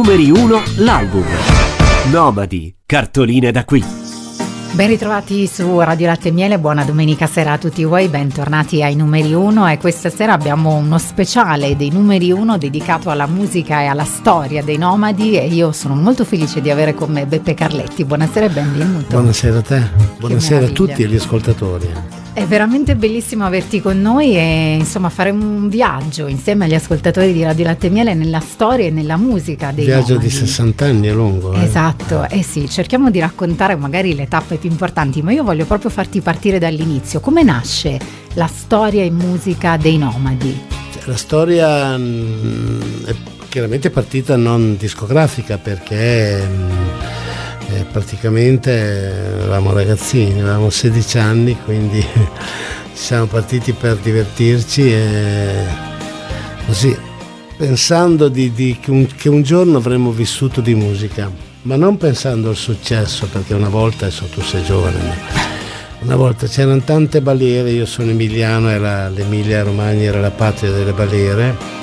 numeri 1 l'album. Nomadi, cartoline da qui. Ben ritrovati su Radio Latte e Miele, buona domenica sera a tutti voi, bentornati ai numeri 1 e questa sera abbiamo uno speciale dei numeri 1 dedicato alla musica e alla storia dei Nomadi e io sono molto felice di avere con me Beppe Carletti. Buonasera e benvenuto. Buonasera a te, buonasera a tutti e agli ascoltatori. È veramente bellissimo averti con noi e insomma faremo un viaggio insieme agli ascoltatori di Radio Latte e Miele nella storia e nella musica dei viaggio Nomadi. Di 60 anni è lungo. Esatto, sì, cerchiamo di raccontare magari le tappe più importanti, ma io voglio proprio farti partire dall'inizio. Come nasce la storia in musica dei Nomadi? La storia è chiaramente partita non discografica perché praticamente eravamo ragazzini, avevamo 16 anni, quindi ci siamo partiti per divertirci e così, pensando che un giorno avremmo vissuto di musica, ma non pensando al successo, perché una volta, adesso tu sei giovane, ma una volta c'erano tante balere, io sono emiliano e l'Emilia Romagna era la patria delle balere.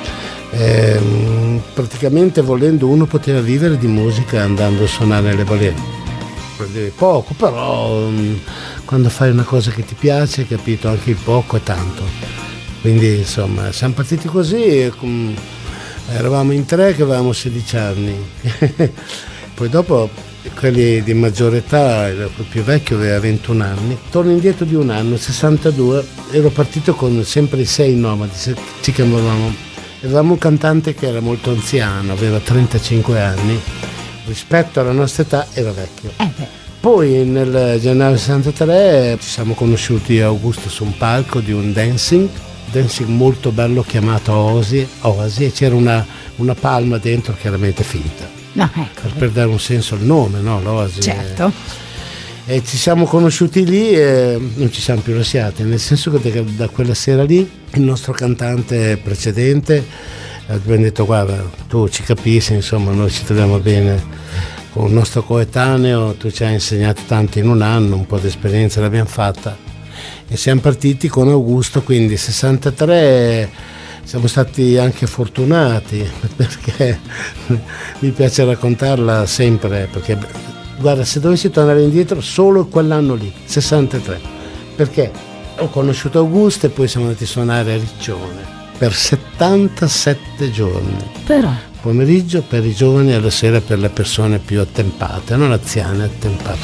Praticamente volendo uno poteva vivere di musica andando a suonare nelle balere, prendevi poco, però quando fai una cosa che ti piace, capito, anche il poco è tanto, quindi insomma siamo partiti così, eravamo in tre che avevamo 16 anni poi dopo quelli di maggiore età, il più vecchio aveva 21 anni, torno indietro di un anno, 62, ero partito con sempre i 6 Nomadi, ci chiamavamo. Avevamo un cantante che era molto anziano, aveva 35 anni, rispetto alla nostra età era vecchio. Poi nel gennaio 63 ci siamo conosciuti a Augusto su un palco di un dancing molto bello chiamato Oasi, e c'era una palma dentro chiaramente finta. No, ecco. Per dare un senso al nome, no? L'Oasi. Certo. E ci siamo conosciuti lì e non ci siamo più lasciati, nel senso che da quella sera lì il nostro cantante precedente abbiamo detto guarda, tu ci capisci, insomma noi ci troviamo bene con il nostro coetaneo, tu ci hai insegnato tanto in un anno, un po' di esperienza l'abbiamo fatta e siamo partiti con Augusto, quindi 63 siamo stati anche fortunati perché mi piace raccontarla sempre, perché guarda, se dovessi tornare indietro solo quell'anno lì, 63, perché ho conosciuto Augusto e poi siamo andati a suonare a Riccione per 77 giorni. Però Pomeriggio per i giovani e la sera per le persone più attempate, non anziane, attempate.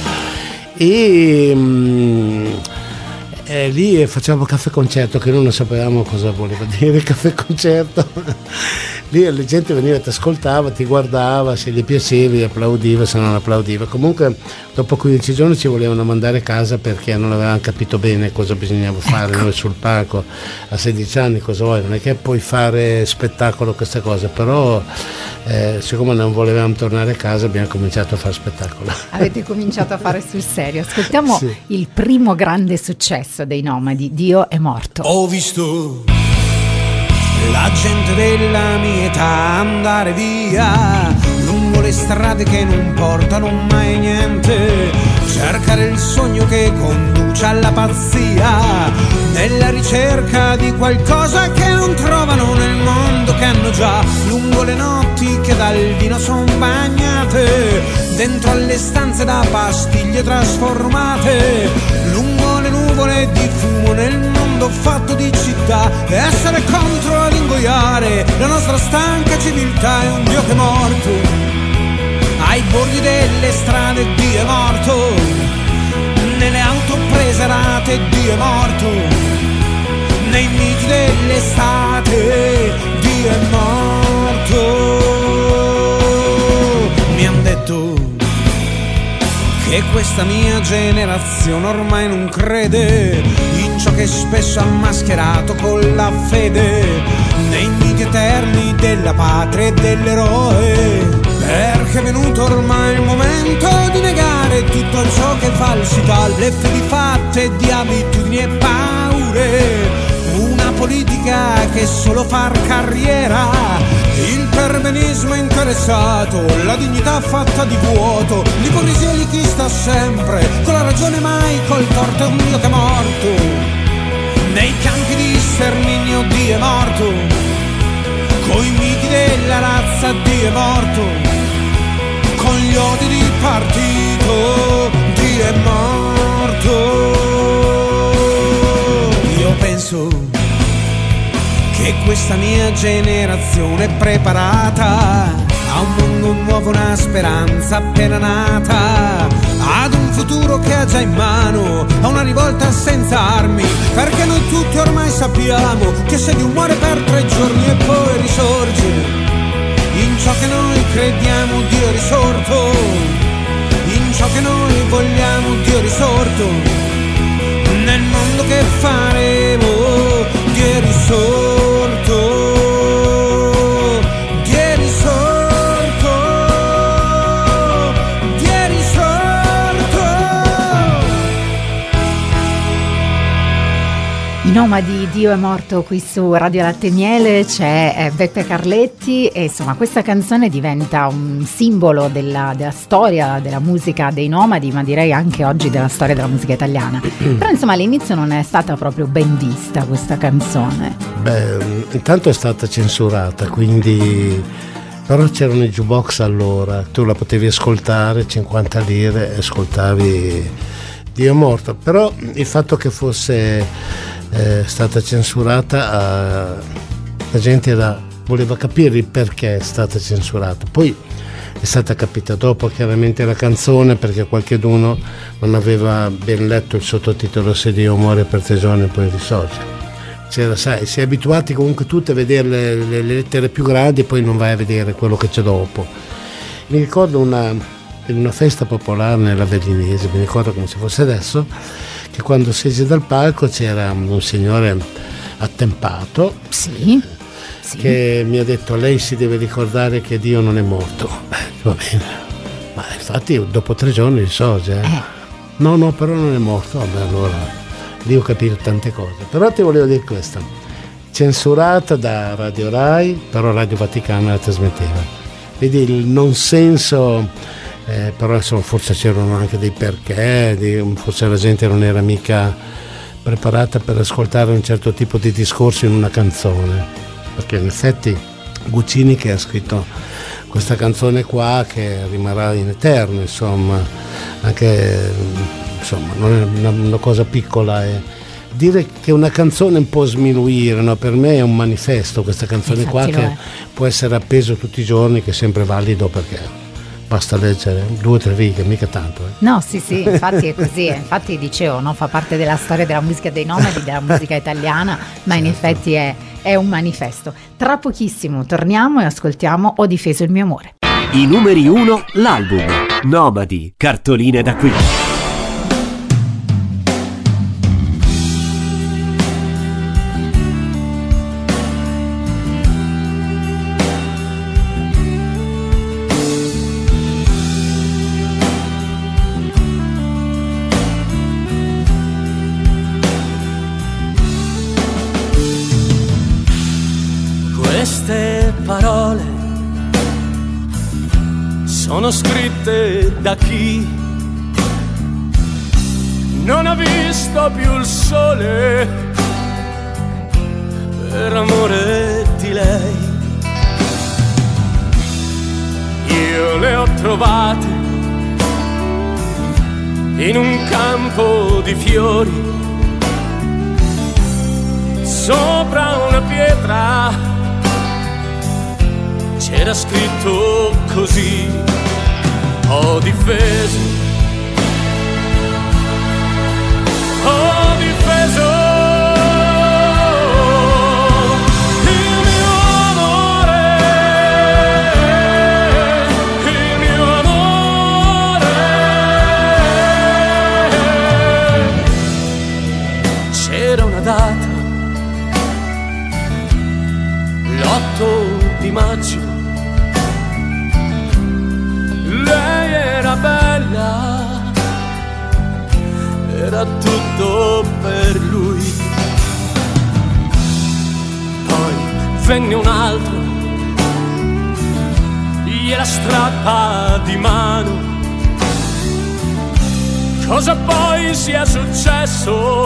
E lì facevamo caffè concerto, che noi non sapevamo cosa voleva dire caffè concerto. Lì la gente veniva, ti ascoltava, ti guardava, se gli piacevi applaudiva, se non applaudiva. Comunque dopo 15 giorni ci volevano mandare a casa perché non avevano capito bene cosa bisognava fare noi sul palco. A 16 anni cosa vuoi? Non è che puoi fare spettacolo, queste cose, però siccome non volevamo tornare a casa abbiamo cominciato a fare spettacolo. Avete cominciato a fare sul serio. Ascoltiamo Sì. il primo grande successo dei Nomadi, Dio è morto. Ho visto la gente della mia età andare via lungo le strade che non portano mai niente, cercare il sogno che conduce alla pazzia, nella ricerca di qualcosa che non trovano nel mondo che hanno già, lungo le notti che dal vino son bagnate, dentro alle stanze da pastiglie trasformate, lungo le nuvole di fumo nel mondo fatto di città, e essere contro ad ingoiare la nostra stanca civiltà. È un Dio che è morto ai bordi delle strade, Dio è morto nelle auto preserate, Dio è morto nei miti dell'estate, Dio è morto. Mi han detto che questa mia generazione ormai non crede in ciò che spesso ha mascherato con la fede, nei miti eterni della patria e dell'eroe, perché è venuto ormai il momento di negare tutto ciò che è falsità, le fedi fatte di abitudini e paure, una politica che solo far carriera, il perbenismo interessato, la dignità fatta di vuoto, l'ipocrisia di chi sta sempre con la ragione mai col torto. È un Dio che è morto nei campi di sterminio, Dio è morto coi miti della razza, Dio è morto, con gli odi di partito, Dio è morto. Io penso che questa mia generazione è preparata a un mondo nuovo, una speranza appena nata, ad un futuro che ha già in mano, a una rivolta senza armi, perché noi tutti ormai sappiamo che se Dio muore per 3 giorni e poi risorge, in ciò che noi crediamo Dio è risorto, in ciò che noi vogliamo Dio è risorto, nel mondo che faremo Dio è risorto. I Nomadi, Dio è morto, qui su Radio Latte e Miele c'è Beppe Carletti e insomma questa canzone diventa un simbolo della storia della musica dei Nomadi, ma direi anche oggi della storia della musica italiana. Però insomma all'inizio non è stata proprio ben vista questa canzone. Beh, intanto è stata censurata, quindi però c'erano i jukebox allora, tu la potevi ascoltare, 50 lire, e ascoltavi Dio è morto. Però il fatto che fosse stata censurata, la gente voleva capire il perché è stata censurata. Poi è stata capita dopo chiaramente la canzone, perché qualcheduno non aveva ben letto il sottotitolo Se Dio muore per 3 giorni e poi risorge. C'era, sai, si è abituati comunque tutti a vedere le lettere più grandi e poi non vai a vedere quello che c'è dopo. Mi ricordo in una festa popolare nell'Avellinese, mi ricordo come se fosse adesso, che quando scesi dal palco c'era un signore attempato, sì. Che mi ha detto: lei si deve ricordare che Dio non è morto. Va bene, ma infatti dopo 3 giorni risorge. No, però non è morto. Vabbè, allora lì ho capito tante cose. Però ti volevo dire questa: censurata da Radio Rai, però Radio Vaticana la trasmetteva. Vedi il non senso. Però insomma forse c'erano anche dei perché, forse la gente non era mica preparata per ascoltare un certo tipo di discorso in una canzone, perché in effetti Guccini, che ha scritto questa canzone qua che rimarrà in eterno, insomma, anche insomma non è una cosa piccola, dire che una canzone può sminuire, no? Per me è un manifesto questa canzone. Infatti qua che può essere appeso tutti i giorni, che è sempre valido, perché basta leggere 2 o 3 righe, mica tanto. No, sì, infatti è così. Infatti dicevo, no, fa parte della storia della musica dei Nomadi, della musica italiana, ma in effetti è un manifesto. Tra pochissimo torniamo e ascoltiamo Ho difeso il mio amore. I numeri 1, l'album Nomadi, cartoline da qui. Queste parole sono scritte da chi non ha visto più il sole per amore di lei. Io le ho trovate in un campo di fiori, sopra una pietra c'era scritto così: ho difeso il mio amore, il mio amore. C'era una data, l'8 di maggio. Lei era bella, era tutto per lui. Poi venne un altro, gliela strappa di mano. Cosa poi sia successo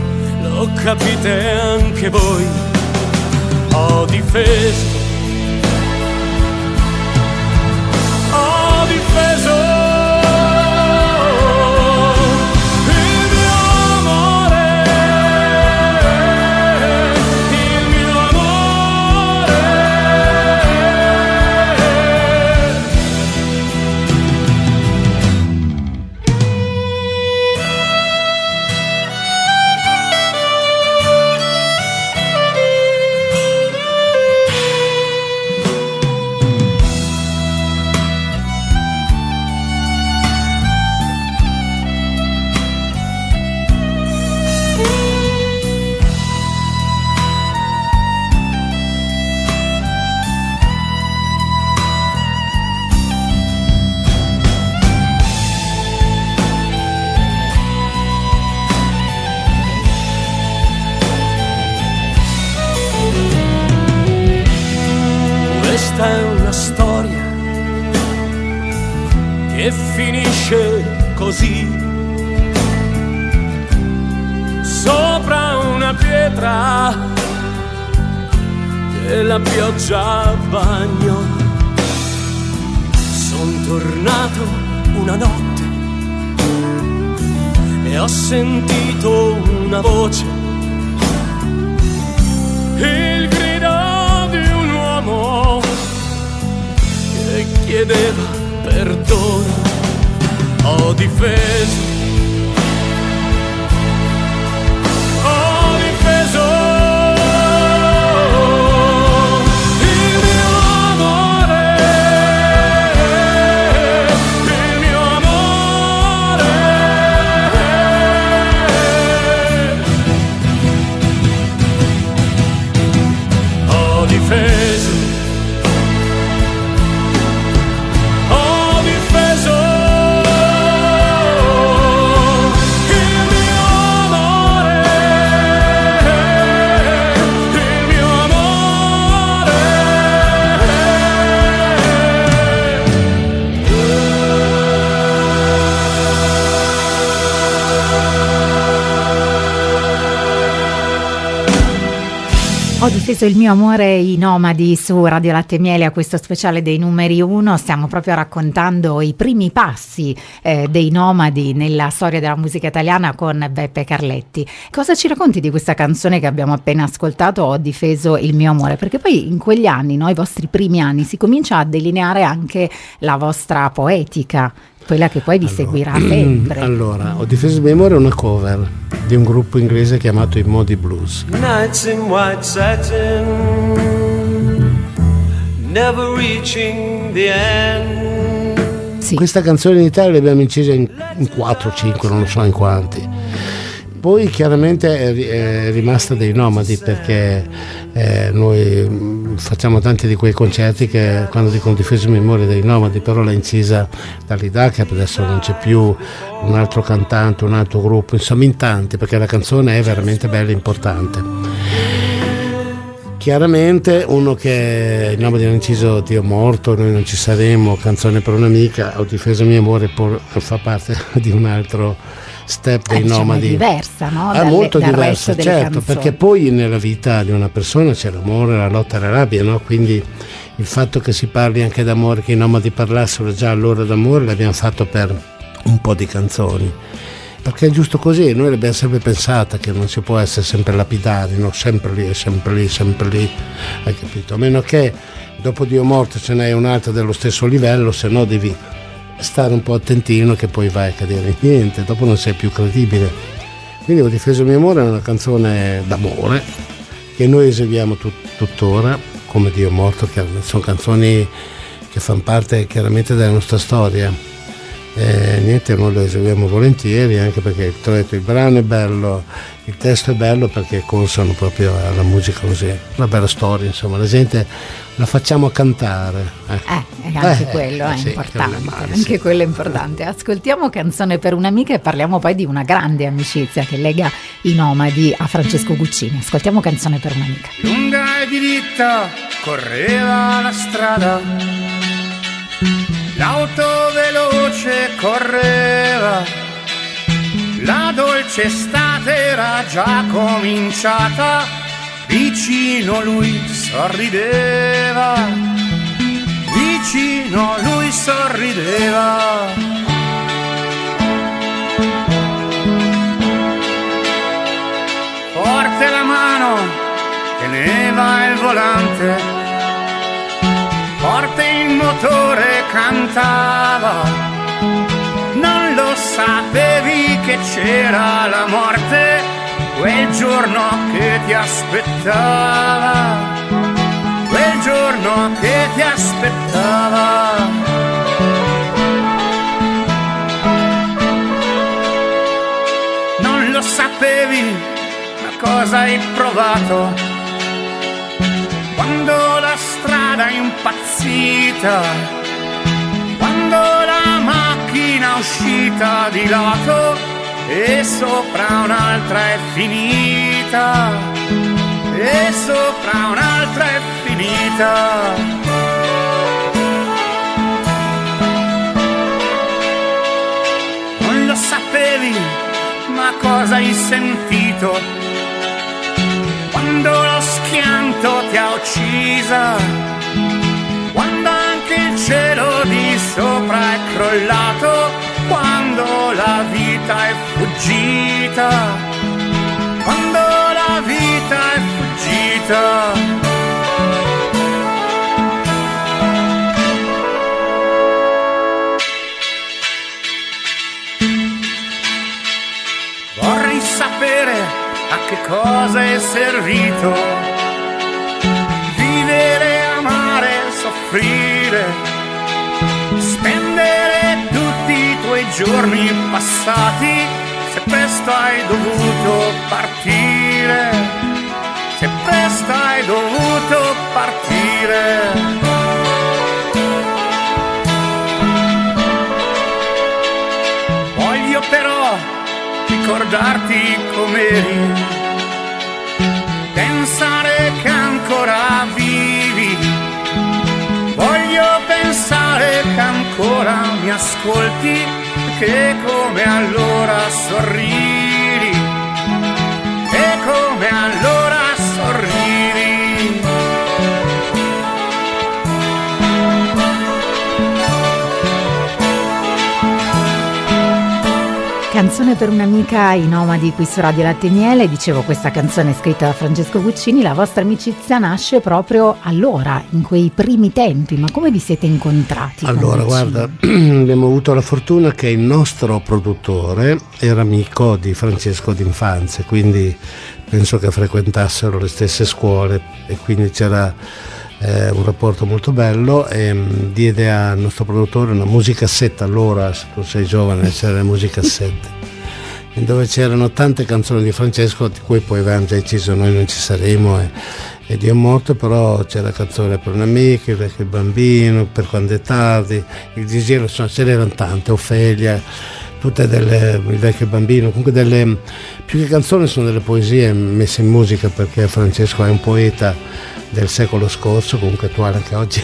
lo capite anche voi. Ho difeso Questa è una storia che finisce così, sopra una pietra che la pioggia bagnò. Son tornato una notte e ho sentito una voce, il grido di un uomo che chiedeva perdono. Ho difeso Ho difeso il mio amore, i Nomadi su Radio Latte e Miele, a questo speciale dei numeri 1. Stiamo proprio raccontando i primi passi dei Nomadi nella storia della musica italiana con Beppe Carletti. Cosa ci racconti di questa canzone che abbiamo appena ascoltato, Ho difeso il mio amore? Perché poi in quegli anni, no, i vostri primi anni, si comincia a delineare anche la vostra poetica, quella che poi vi seguirà sempre. Allora, Ho difeso il mio amore è una cover di un gruppo inglese chiamato i Moody Blues. Nights in white satin, never reaching the end. Sì. Questa canzone in Italia l'abbiamo incisa in 4 o 5, non lo so in quanti. Poi chiaramente è rimasta dei Nomadi, perché noi facciamo tanti di quei concerti che quando dicono difeso il mio amore dei Nomadi, però l'ha incisa dall'Idacap, adesso non c'è più, un altro cantante, un altro gruppo, insomma in tanti, perché la canzone è veramente bella e importante. Chiaramente uno che i Nomadi hanno inciso Dio morto, noi non ci saremo, canzone per un'amica, Ho difeso il mio amore, fa parte di un altro step dei Nomadi. È diversa, no? È molto diversa, certo, canzoni. perché poi nella vita di una persona c'è l'amore, la lotta e la rabbia, no? Quindi il fatto che si parli anche d'amore, che i Nomadi parlassero già allora d'amore, l'abbiamo fatto per un po' di canzoni, perché è giusto così. Noi l'abbiamo sempre pensata che non si può essere sempre lapidari, no? Sempre lì, sempre lì, sempre lì, hai capito? A meno che dopo Dio morto ce n'hai un altro dello stesso livello, se no devi stare un po' attentino, che poi vai a cadere in niente, dopo non sei più credibile. Quindi Ho difeso il mio amore è una canzone d'amore che noi eseguiamo tuttora, come Dio morto, che sono canzoni che fanno parte chiaramente della nostra storia. Niente, noi lo eseguiamo volentieri, anche perché il brano è bello, il testo è bello, perché consano proprio alla musica così, una bella storia, insomma, la gente la facciamo cantare. Anche quello è sì, importante, anche anche quello è importante. Ascoltiamo Canzone per un'amica e parliamo poi di una grande amicizia che lega i Nomadi a Francesco Guccini. Ascoltiamo Canzone per un'amica. Lunga e diritta correva la strada, l'auto veloce correva, la dolce estate era già cominciata, vicino lui sorrideva, vicino lui sorrideva. Forte la mano, teneva il volante, forte il motore cantava, non lo sapevi che c'era la morte quel giorno che ti aspettava, quel giorno che ti aspettava. Non lo sapevi, ma cosa hai provato quando la strada è impazzita, quando la macchina uscita di lato e sopra un'altra è finita, e sopra un'altra è finita. chissà cosa hai sentito quando lo schianto ti ha uccisa, quando anche il cielo di sopra è crollato, quando la vita è fuggita, quando la vita è fuggita. Vorrei sapere a che cosa è servito vivere, amare, soffrire, spendere tutti i tuoi giorni passati, se presto hai dovuto partire, se presto hai dovuto partire. Voglio però ricordarti com'eri, pensare che ancora vivi, voglio pensare che ancora mi ascolti, che come allora sorridi, e come allora sorridi. Canzone per un'amica, i Nomadi qui su Radio Latte e Miele. Dicevo, questa canzone è scritta da Francesco Guccini. La vostra amicizia nasce proprio allora, in quei primi tempi, ma come vi siete incontrati? Allora, guarda, abbiamo avuto la fortuna che il nostro produttore era amico di Francesco d'infanzia, quindi penso che frequentassero le stesse scuole e quindi c'era un rapporto molto bello, e diede al nostro produttore una musicassetta. Allora, se tu sei giovane, c'erano le musicassette dove c'erano tante canzoni di Francesco, di cui poi avevamo già deciso noi non ci saremo e Dio è morto, però c'era canzone per un amico, il vecchio bambino, per quando è tardi, il disegno, insomma ce n'erano tante, Ofelia, tutte il vecchio bambino, comunque più che canzoni sono delle poesie messe in musica, perché Francesco è un poeta del secolo scorso, comunque attuale anche oggi.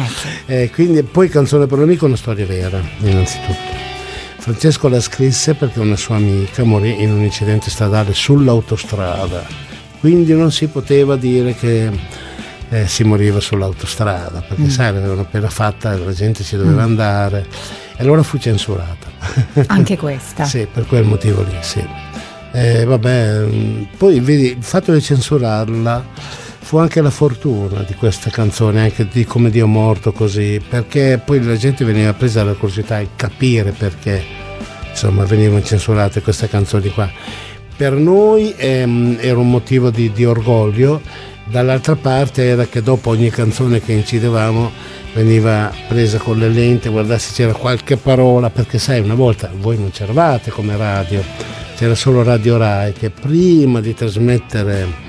Quindi poi Canzone per un amico è una storia vera, innanzitutto. Francesco la scrisse perché una sua amica morì in un incidente stradale sull'autostrada, quindi non si poteva dire che si moriva sull'autostrada, perché sai, l'avevano appena fatta, la gente ci doveva andare, e allora fu censurata. Anche questa? Sì, per quel motivo lì, sì. Vabbè, poi vedi, il fatto di censurarla fu anche la fortuna di questa canzone, anche di Come Dio è morto, così, perché poi la gente veniva presa dalla curiosità di capire perché insomma venivano censurate queste canzoni qua. Per noi era un motivo di orgoglio, dall'altra parte era che dopo ogni canzone che incidevamo veniva presa con le lenti, guardare se c'era qualche parola, perché sai, una volta voi non c'eravate come radio, c'era solo Radio Rai, che prima di trasmettere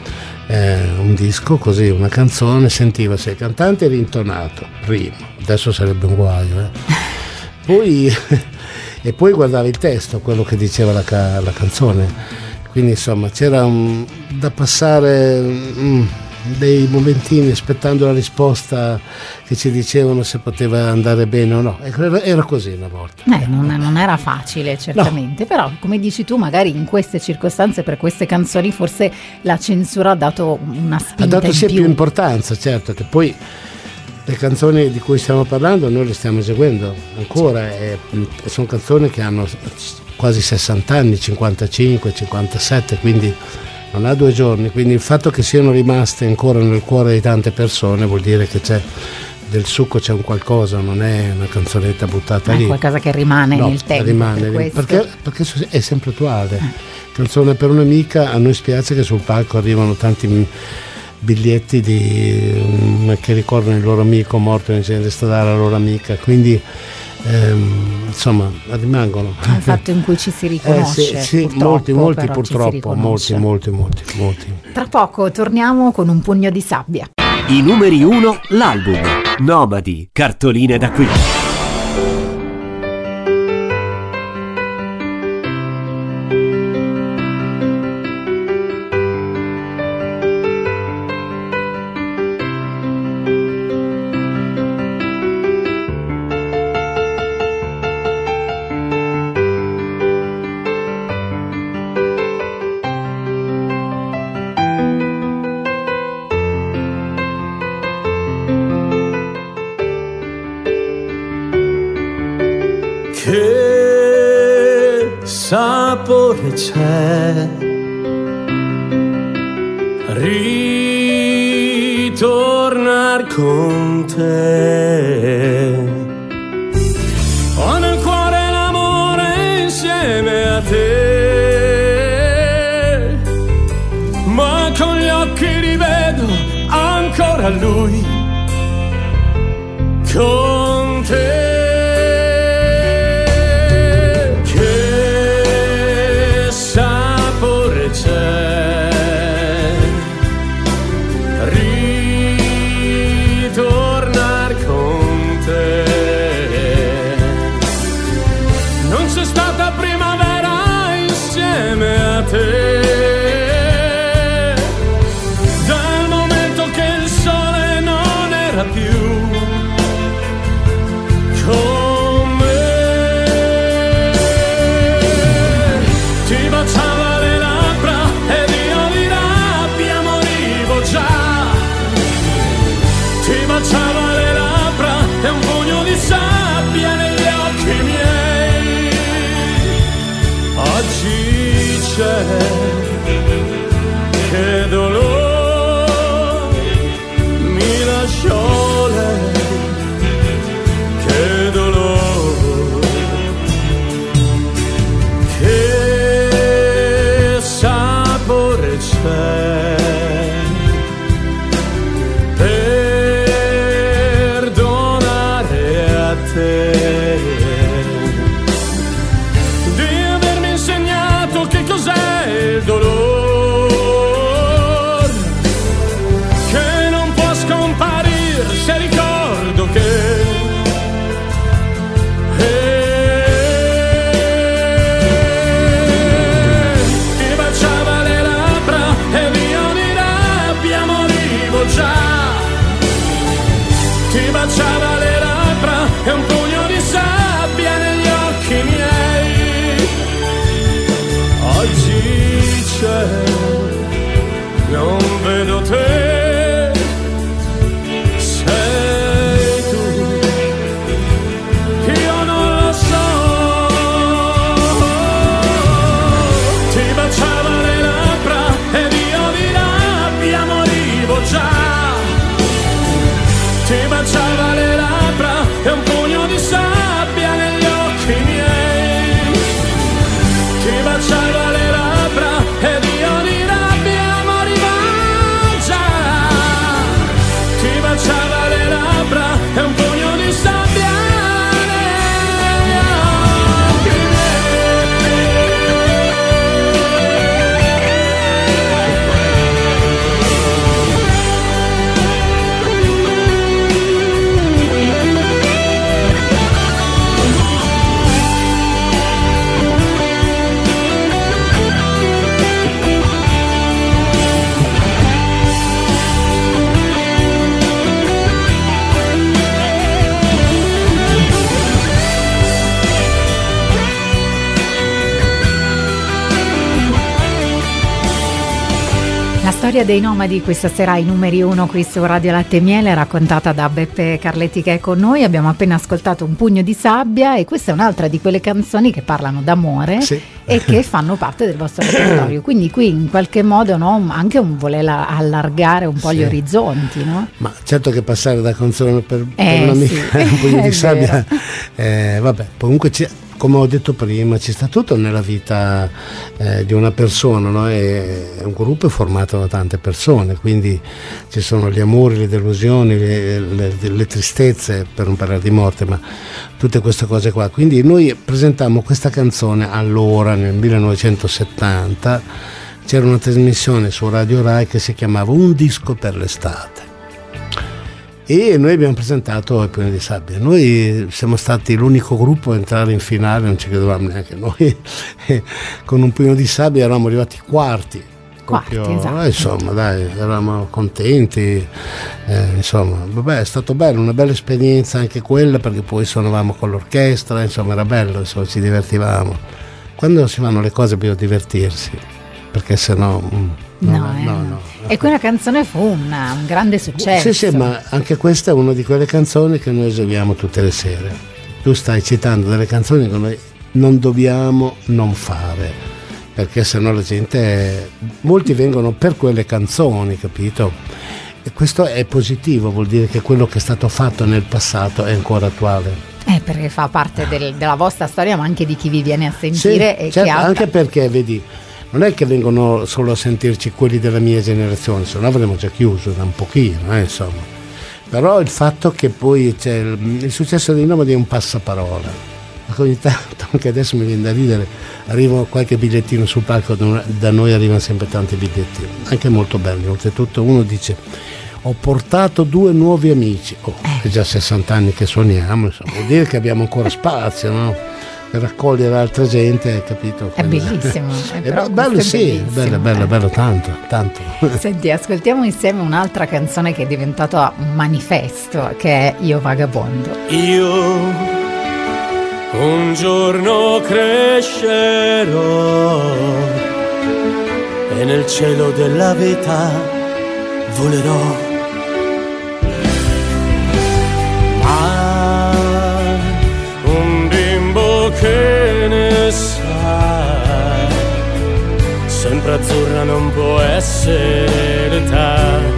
un disco, così una canzone, sentiva se il cantante era intonato prima, adesso sarebbe un guaio, poi e poi guardava il testo, quello che diceva la canzone, quindi insomma c'era da passare dei momentini aspettando la risposta, che ci dicevano se poteva andare bene o no. Era così una volta. Non era facile, certamente, no. Però come dici tu, magari in queste circostanze, per queste canzoni, forse la censura ha dato una spinta, ha dato più importanza, certo, che poi le canzoni di cui stiamo parlando noi le stiamo eseguendo ancora, e sono canzoni che hanno quasi 60 anni, 55, 57, quindi non ha 2 giorni, quindi il fatto che siano rimaste ancora nel cuore di tante persone vuol dire che c'è del succo, c'è un qualcosa, non è una canzonetta buttata lì. È qualcosa che rimane nel tempo. Rimane, perché è sempre attuale. Canzone per un'amica, a noi spiace che sul palco arrivano tanti biglietti che ricordano il loro amico morto in incidente stradale, la loro amica, quindi insomma rimangono. È un fatto in cui ci si riconosce. Sì, molti purtroppo, molti. Tra poco torniamo con un pugno di sabbia. I numeri 1, l'album Nomadi, cartoline da qui. sapore c'è, ritornar con te. Ho nel cuore l'amore insieme a te, ma con gli occhi rivedo ancora lui, con te. Dal momento che il sole non era più con me, ti baciava le labbra ed io di rabbia morivo già, ti baciava le labbra e un pugno di sabbia negli occhi miei. Oggi che dolore mi lasciò lei, che dolore, che sapore c'è, perdonare a te di avermi insegnato che cos'è il dolore, che non può scomparire se ricordo che ti baciava le labbra ed io di rabbia morivo già, ti baciava le labbra e un pugno di sabbia negli occhi miei. Oggi non vedo te, sei tu, io non lo so. Ti baciava le labbra ed io di rabbia morivo già, ti baciava le labbra e un pugno di sabbia negli occhi miei, ti baciava le labbra ed io di rabbia morivo già, ti baciava le labbra e un pugno di sabbia negli occhi La storia dei nomadi questa sera ai numeri 1 qui su Radio Latte e Miele, raccontata da Beppe Carletti che è con noi. Abbiamo appena ascoltato Un pugno di sabbia e questa è un'altra di quelle canzoni che parlano d'amore, sì, e che fanno parte del vostro repertorio. Quindi qui in qualche modo, no, anche un voler allargare un po' sì, gli orizzonti, no? Ma certo che passare da canzone per un'amica sì, Un pugno di sabbia, vabbè, comunque come ho detto prima, ci sta tutto nella vita di una persona, no? È un gruppo formato da tante persone, quindi ci sono gli amori, le delusioni, le tristezze, per non parlare di morte, ma tutte queste cose qua. Quindi noi presentammo questa canzone allora, nel 1970, c'era una trasmissione su Radio Rai che si chiamava Un disco per l'estate. E noi abbiamo presentato Il pugno di sabbia. Noi siamo stati l'unico gruppo a entrare in finale, non ci credevamo neanche noi. Con Un pugno di sabbia eravamo arrivati quarti, esatto. Insomma, dai, eravamo contenti. Insomma, vabbè, è stato bello, una bella esperienza anche quella, perché poi suonavamo con l'orchestra, insomma, era bello, insomma, ci divertivamo. Quando si fanno le cose bisogna divertirsi, perché sennò No. E quella canzone fu un grande successo. Sì, ma anche questa è una di quelle canzoni che noi eseguiamo tutte le sere. Tu stai citando delle canzoni che noi non dobbiamo non fare, perché sennò la gente, molti vengono per quelle canzoni, capito? E questo è positivo, vuol dire che quello che è stato fatto nel passato è ancora attuale. Perché fa parte della vostra storia, ma anche di chi vi viene a sentire. Sì, e certo, che anche perché vedi, non è che vengono solo a sentirci quelli della mia generazione, se no avremmo già chiuso da un pochino, insomma. Però il fatto che poi c'è il successo dei Nomadi è un passaparola. Ogni tanto, anche adesso mi viene da ridere, arriva qualche bigliettino sul palco, da noi arrivano sempre tanti bigliettini, anche molto belli. Oltretutto uno dice: ho portato 2 nuovi amici. È già 60 anni che suoniamo, insomma, vuol dire che abbiamo ancora spazio, no? Per raccogliere altra gente, capito? È bellissimo. È bello, sì, bello, tanto. Senti, ascoltiamo insieme un'altra canzone che è diventata un manifesto, che è Io Vagabondo. Io un giorno crescerò e nel cielo della vita volerò, ma un bimbo che ne sa, sempre azzurra non può essere l'età.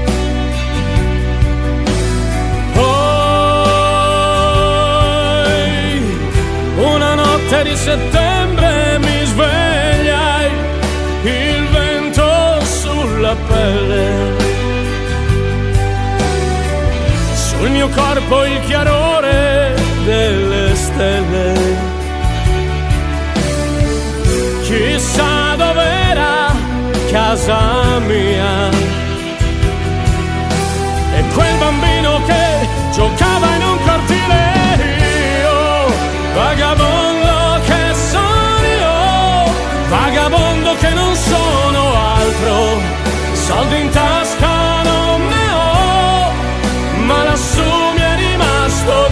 Di settembre mi svegliai, il vento sulla pelle, sul mio corpo il chiarore delle stelle. Chissà dov'era casa mia, e quel bambino che giocava in un cortile. Io vagabondo, vagabondo che non sono altro, soldi in tasca non ne ho, ma lassù mi è rimasto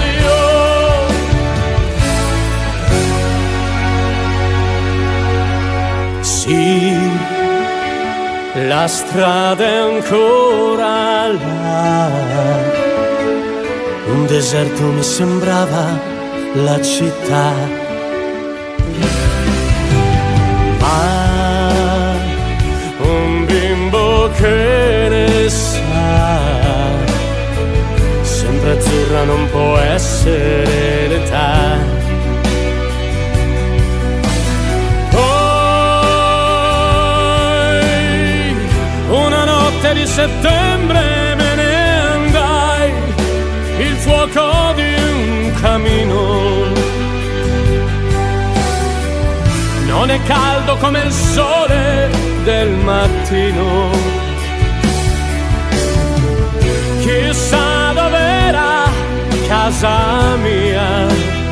Dio. Sì, la strada è ancora là, un deserto mi sembrava la città. Un bimbo che ne sa, sempre azzurra non può essere l'età. Poi una notte di settembre me ne andai, il fuoco di un camino non è caldo come il sole del mattino. Chissà dov'era casa mia,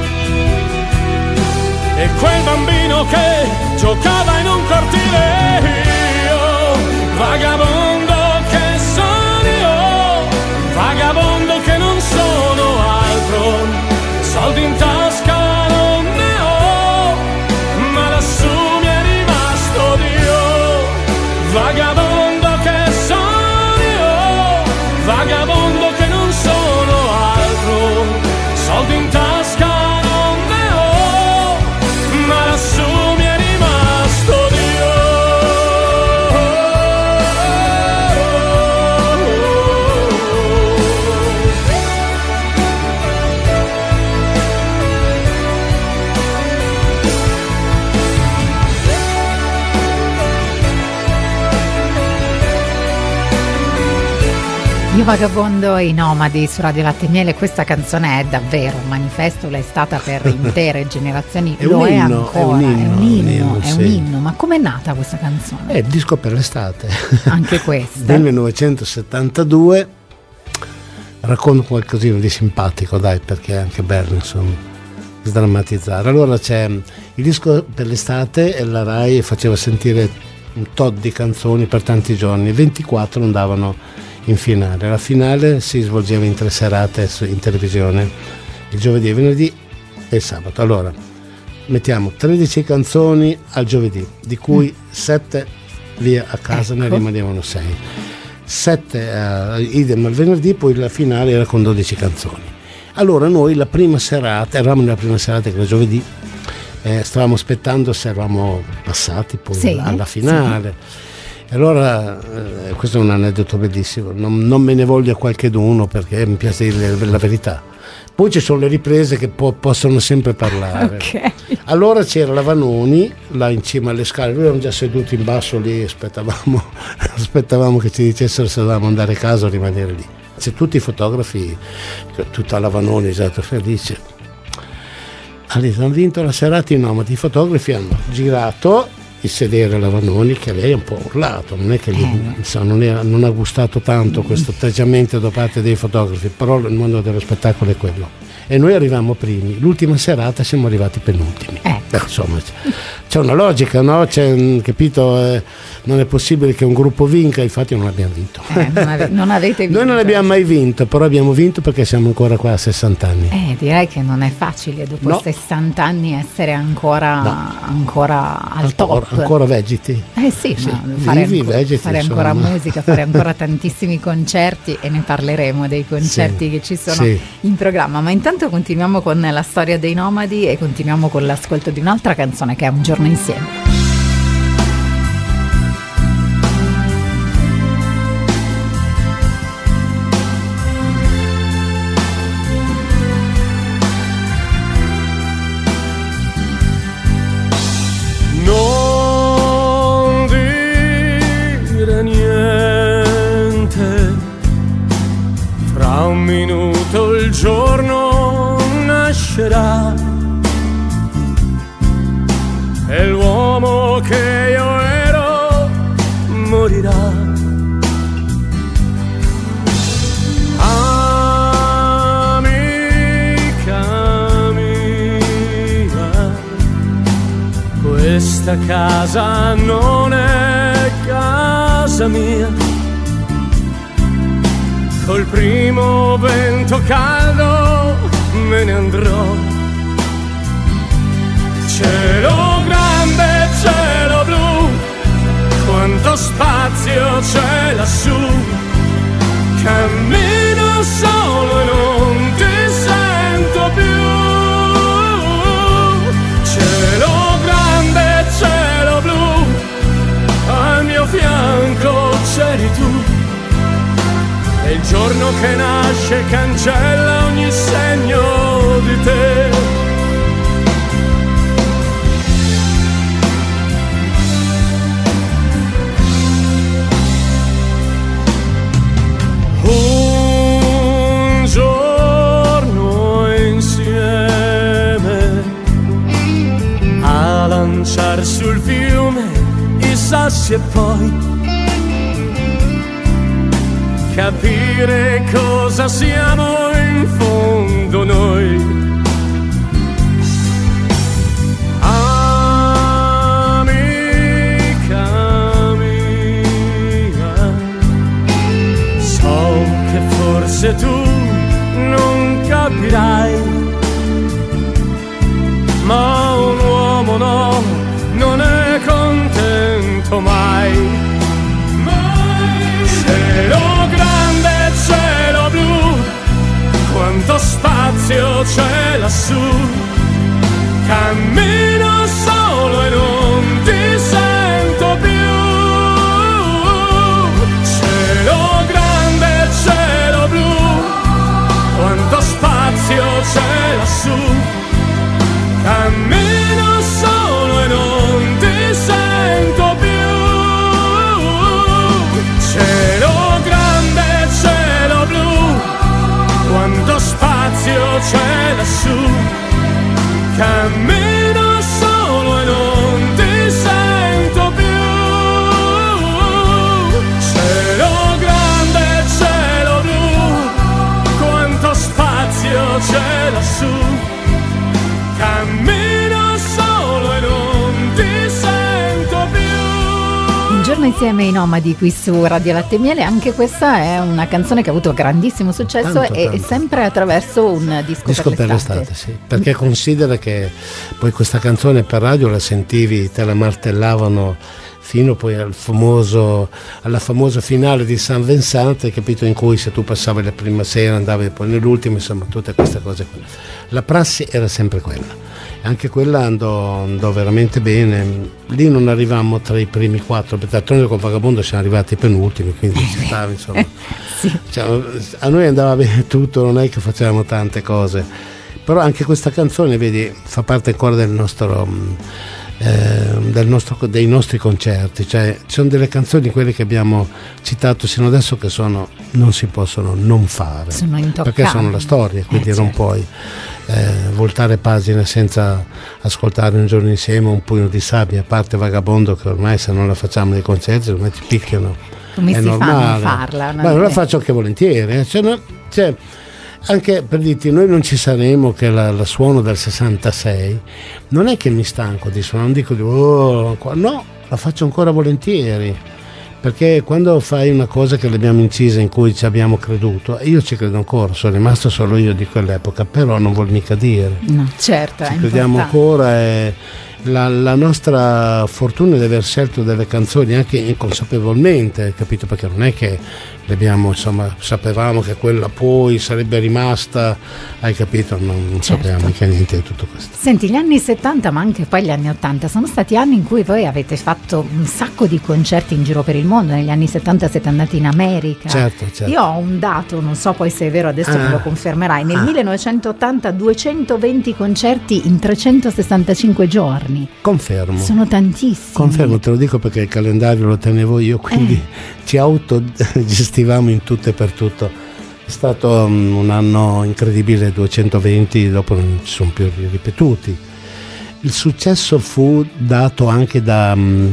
e quel bambino che giocava in un cortile. Io vagabondo che sono io, vagabondo che non sono altro, soldi in tasca non ne ho, ma lassù mi è rimasto Dio. Vagabondo che sono io, vagabondo che non sono altro, soldi in tasca non ne ho, ma lassù mi è rimasto Dio. Io Vagabondo e i Nomadi su Radio Latte e Miele. Questa canzone è davvero un manifesto, l'è stata per intere generazioni, lo è ancora, è un inno. Ma com'è nata questa canzone? È il disco per l'estate. Anche questa. Del 1972, racconto qualcosina di simpatico, dai, perché è anche bello, insomma, sdrammatizzare. Allora c'è il disco per l'estate e la Rai faceva sentire un tot di canzoni per tanti giorni, 24 andavano in finale. La finale si svolgeva in 3 serate in televisione, il giovedì, il venerdì e il sabato. Allora mettiamo 13 canzoni al giovedì, di cui 7 via a casa, ne rimanevano 6, 7 idem al venerdì, poi la finale era con 12 canzoni. Allora noi la prima serata, eravamo nella prima serata che era giovedì, stavamo aspettando se eravamo passati poi Sì, alla finale. E allora questo è un aneddoto bellissimo, non me ne voglia qualcheduno perché mi piace dire la verità. Poi ci sono le riprese che possono sempre parlare. Ok. Allora c'era la Vanoni là in cima alle scale, noi eravamo già seduti in basso lì, aspettavamo che ci dicessero se dovevamo andare a casa o rimanere lì. C'è tutti i fotografi, tutta la Vanoni esatto, felice. Allora, hanno vinto la serata i Nomadi, i fotografi hanno girato il sedere alla Vanoni, che lei è un po' urlato, non è che non ha gustato tanto questo atteggiamento da parte dei fotografi, però il mondo dello spettacolo è quello. E noi arriviamo primi, l'ultima serata siamo arrivati penultimi. Insomma, c'è una logica, no? Capito? Non è possibile che un gruppo vinca, infatti non abbiamo vinto. Non avete vinto. Noi non abbiamo mai vinto, però abbiamo vinto perché siamo ancora qua a 60 anni. Direi che non è facile dopo 60 anni essere ancora al top. Ancora vegeti. Sì, vegeti, fare ancora musica, fare ancora tantissimi concerti, e ne parleremo dei concerti che ci sono in programma. Ma intanto continuiamo con la storia dei Nomadi e continuiamo con l'ascolto di un'altra canzone che è Un giorno insieme. Non dire niente, fra un minuto il giorno nascerà e l'uomo che io ero morirà. Amica mia, questa casa non è casa mia. Col primo vento caldo me ne andrò. Cielo grande, cielo blu, quanto spazio c'è lassù. Cammino solo e non ti sento più. Cielo grande, cielo blu, al mio fianco c'eri tu. E il giorno che nasce cancella ogni segno di te. Un giorno insieme a lanciar sul fiume i sassi e poi capire cosa siamo in fondo noi. Se tu non capirai, ma un uomo no, non è contento mai. Cielo grande, cielo blu, quanto spazio c'è lassù. Cammino solo e non ti sento più. Cielo grande, cielo blu, quanto spazio c'è lassù. Cammino solo e non ti sento più. Cielo grande, cielo blu, quanto spazio c'è lassù. Cammino solo e non ti sento più. Cielo grande, cielo blu, quanto spazio c'è lassù. Cammino solo e non ti sento più. Un giorno insieme ai Nomadi qui su Radio Latte e Miele. Anche questa è una canzone che ha avuto grandissimo successo e sempre attraverso un disco per l'estate. Sì. Perché considera che poi questa canzone per radio la sentivi, te la martellavano fino poi alla famosa finale di San Vincent, capito, in cui se tu passavi la prima sera andavi poi nell'ultima, insomma tutte queste cose. La prassi era sempre quella. anche quella andò veramente bene. Lì non arrivammo tra i primi 4, perché Antonio con Vagabondo siamo arrivati ai penultimi, quindi ci stava, insomma. Sì. Cioè, a noi andava bene tutto, non è che facevamo tante cose, però anche questa canzone, vedi, fa parte ancora dei nostri concerti. Cioè, ci sono delle canzoni, quelle che abbiamo citato sino adesso, che non si possono non fare, sono intoccabili, perché sono la storia, quindi non puoi voltare pagine senza ascoltare Un giorno insieme, Un pugno di sabbia, a parte Vagabondo, che ormai se non la facciamo nei concerti ormai ci picchiano. Come è si normale. fa a non farla? Ma non la faccio anche volentieri, cioè, anche per dirti, noi non ci saremo, che la suono dal 66, non è che mi stanco di suonare, non dico no, la faccio ancora volentieri, perché quando fai una cosa che l'abbiamo incisa, in cui ci abbiamo creduto, e io ci credo ancora, sono rimasto solo io di quell'epoca, però non vuol mica dire, no, certo, ci crediamo ancora. E la nostra fortuna di aver scelto delle canzoni anche inconsapevolmente, capito? Perché non è che le abbiamo, insomma, sapevamo che quella poi sarebbe rimasta, hai capito? Non sapevamo mica niente di tutto questo. Senti, gli anni 70 ma anche poi gli anni 80 sono stati anni in cui voi avete fatto un sacco di concerti in giro per il mondo. Negli anni 70 siete andati in America. Certo. Io ho un dato, non so poi se è vero, adesso me lo confermerai. Nel 1980 220 concerti in 365 giorni. Confermo. Sono tantissimi. Confermo, te lo dico perché il calendario lo tenevo io, quindi ci autogestivamo in tutto e per tutto. È stato un anno incredibile, 220, dopo non ci sono più ripetuti. Il successo fu dato anche dai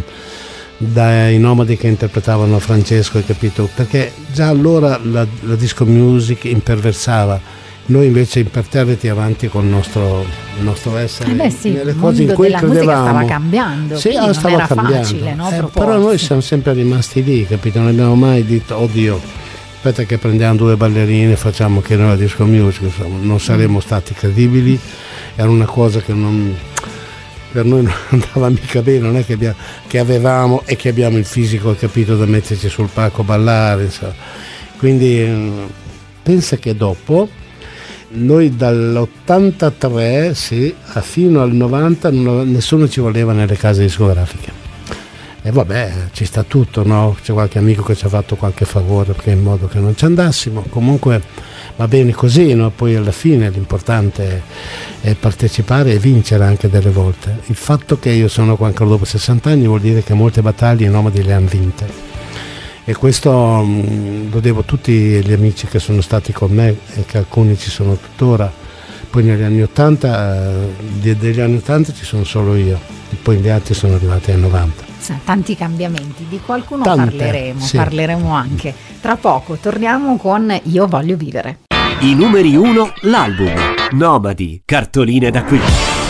nomadi che interpretavano Francesco, hai capito? Perché già allora la disco music imperversava. Noi invece imperterriti avanti con il nostro essere nelle cose in cui credevamo. La musica stava cambiando, sì, non stava era cambiando. Facile, no? Però noi siamo sempre rimasti lì, capito? Non abbiamo mai detto, oddio, aspetta che prendiamo 2 ballerine e facciamo che noi la disco music, insomma, non saremmo stati credibili, era una cosa che per noi non andava mica bene, non è che avevamo e che abbiamo il fisico, capito, da metterci sul palco a ballare, insomma. Quindi pensa che dopo noi dall'83 fino al 90 nessuno ci voleva nelle case discografiche, e vabbè, ci sta tutto, no? C'è qualche amico che ci ha fatto qualche favore perché in modo che non ci andassimo, comunque va bene così, no? Poi alla fine l'importante è partecipare e vincere anche delle volte. Il fatto che io sono qua ancora dopo 60 anni vuol dire che molte battaglie i nomadi le hanno vinte, e questo lo devo a tutti gli amici che sono stati con me e che alcuni ci sono tuttora. Poi negli anni 80, degli anni 80 ci sono solo io, e poi gli altri sono arrivati ai 90. Tanti cambiamenti, di qualcuno Tante, parleremo anche. Tra poco torniamo con Io voglio vivere. I numeri 1, l'album Nomadi, cartoline da qui.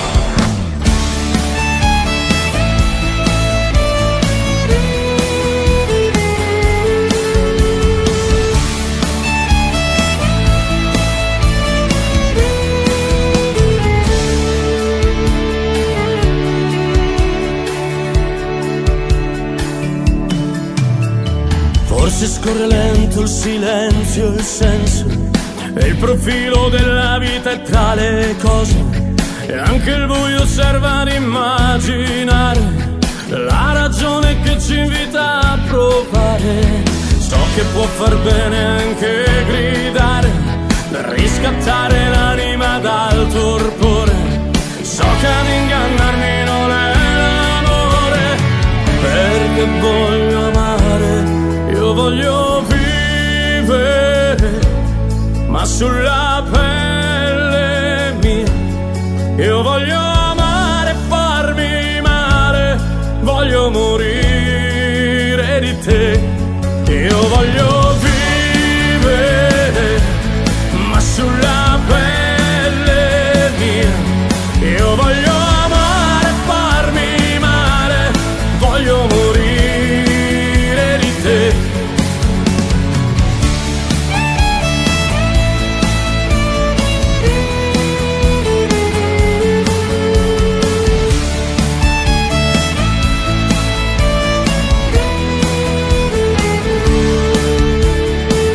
Forse scorre lento il silenzio, il senso e il profilo della vita è tra le cose, e anche il buio serve ad immaginare la ragione che ci invita a provare. So che può far bene anche gridare, riscattare l'anima dal torpore. So che ad ingannarmi non è l'amore, perché voglio amare. Io voglio vivere, ma sulla pelle mia. Io voglio amare e farmi male, voglio morire di te. Io voglio vivere, ma sulla pelle mia. Io voglio amare e farmi male, voglio morire di te.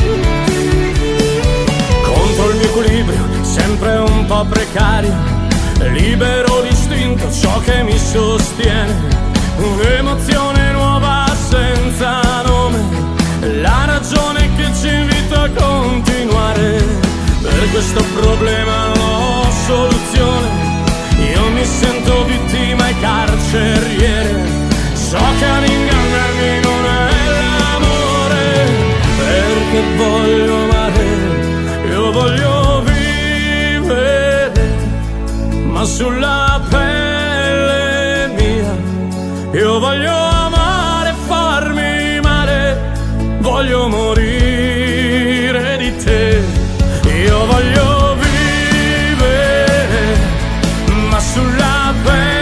Sempre un po' precario, libero distinto ciò che mi sostiene, un'emozione nuova senza nome, la ragione che ci invita a continuare. Per questo problema non ho soluzione, io mi sento vittima e carceriere, so che ad ingannarmi non è l'amore, perché voglio amare, io voglio vivere, ma sulla pelle mia, io voglio amare, farmi male, voglio morire di te, io voglio vivere, ma sulla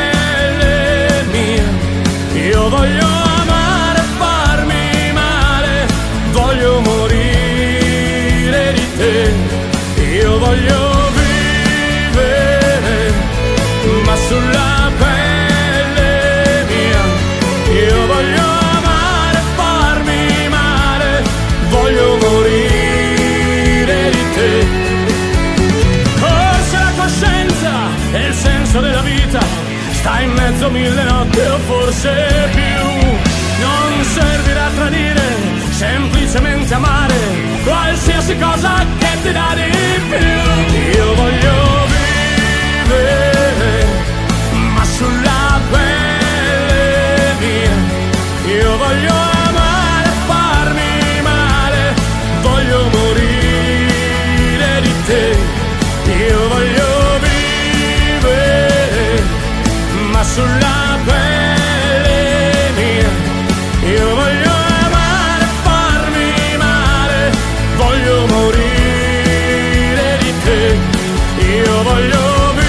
pelle mia, io voglio amare, farmi male, voglio morire di te, io voglio vivere, ma sulla pelle mia, io voglio amare, farmi male, voglio morire di te. Forse la coscienza e il senso della vita sta in mezzo a mille notti o forse più, non servirà tradire, semplicemente amare qualsiasi cosa che ti dà di più. Io voglio vivere, ma sulla pelle mia, io voglio amare, farmi male, voglio morire di te, io voglio vivere, ma sulla pelle mia, io voglio amare, farmi male, voglio morire di te, io voglio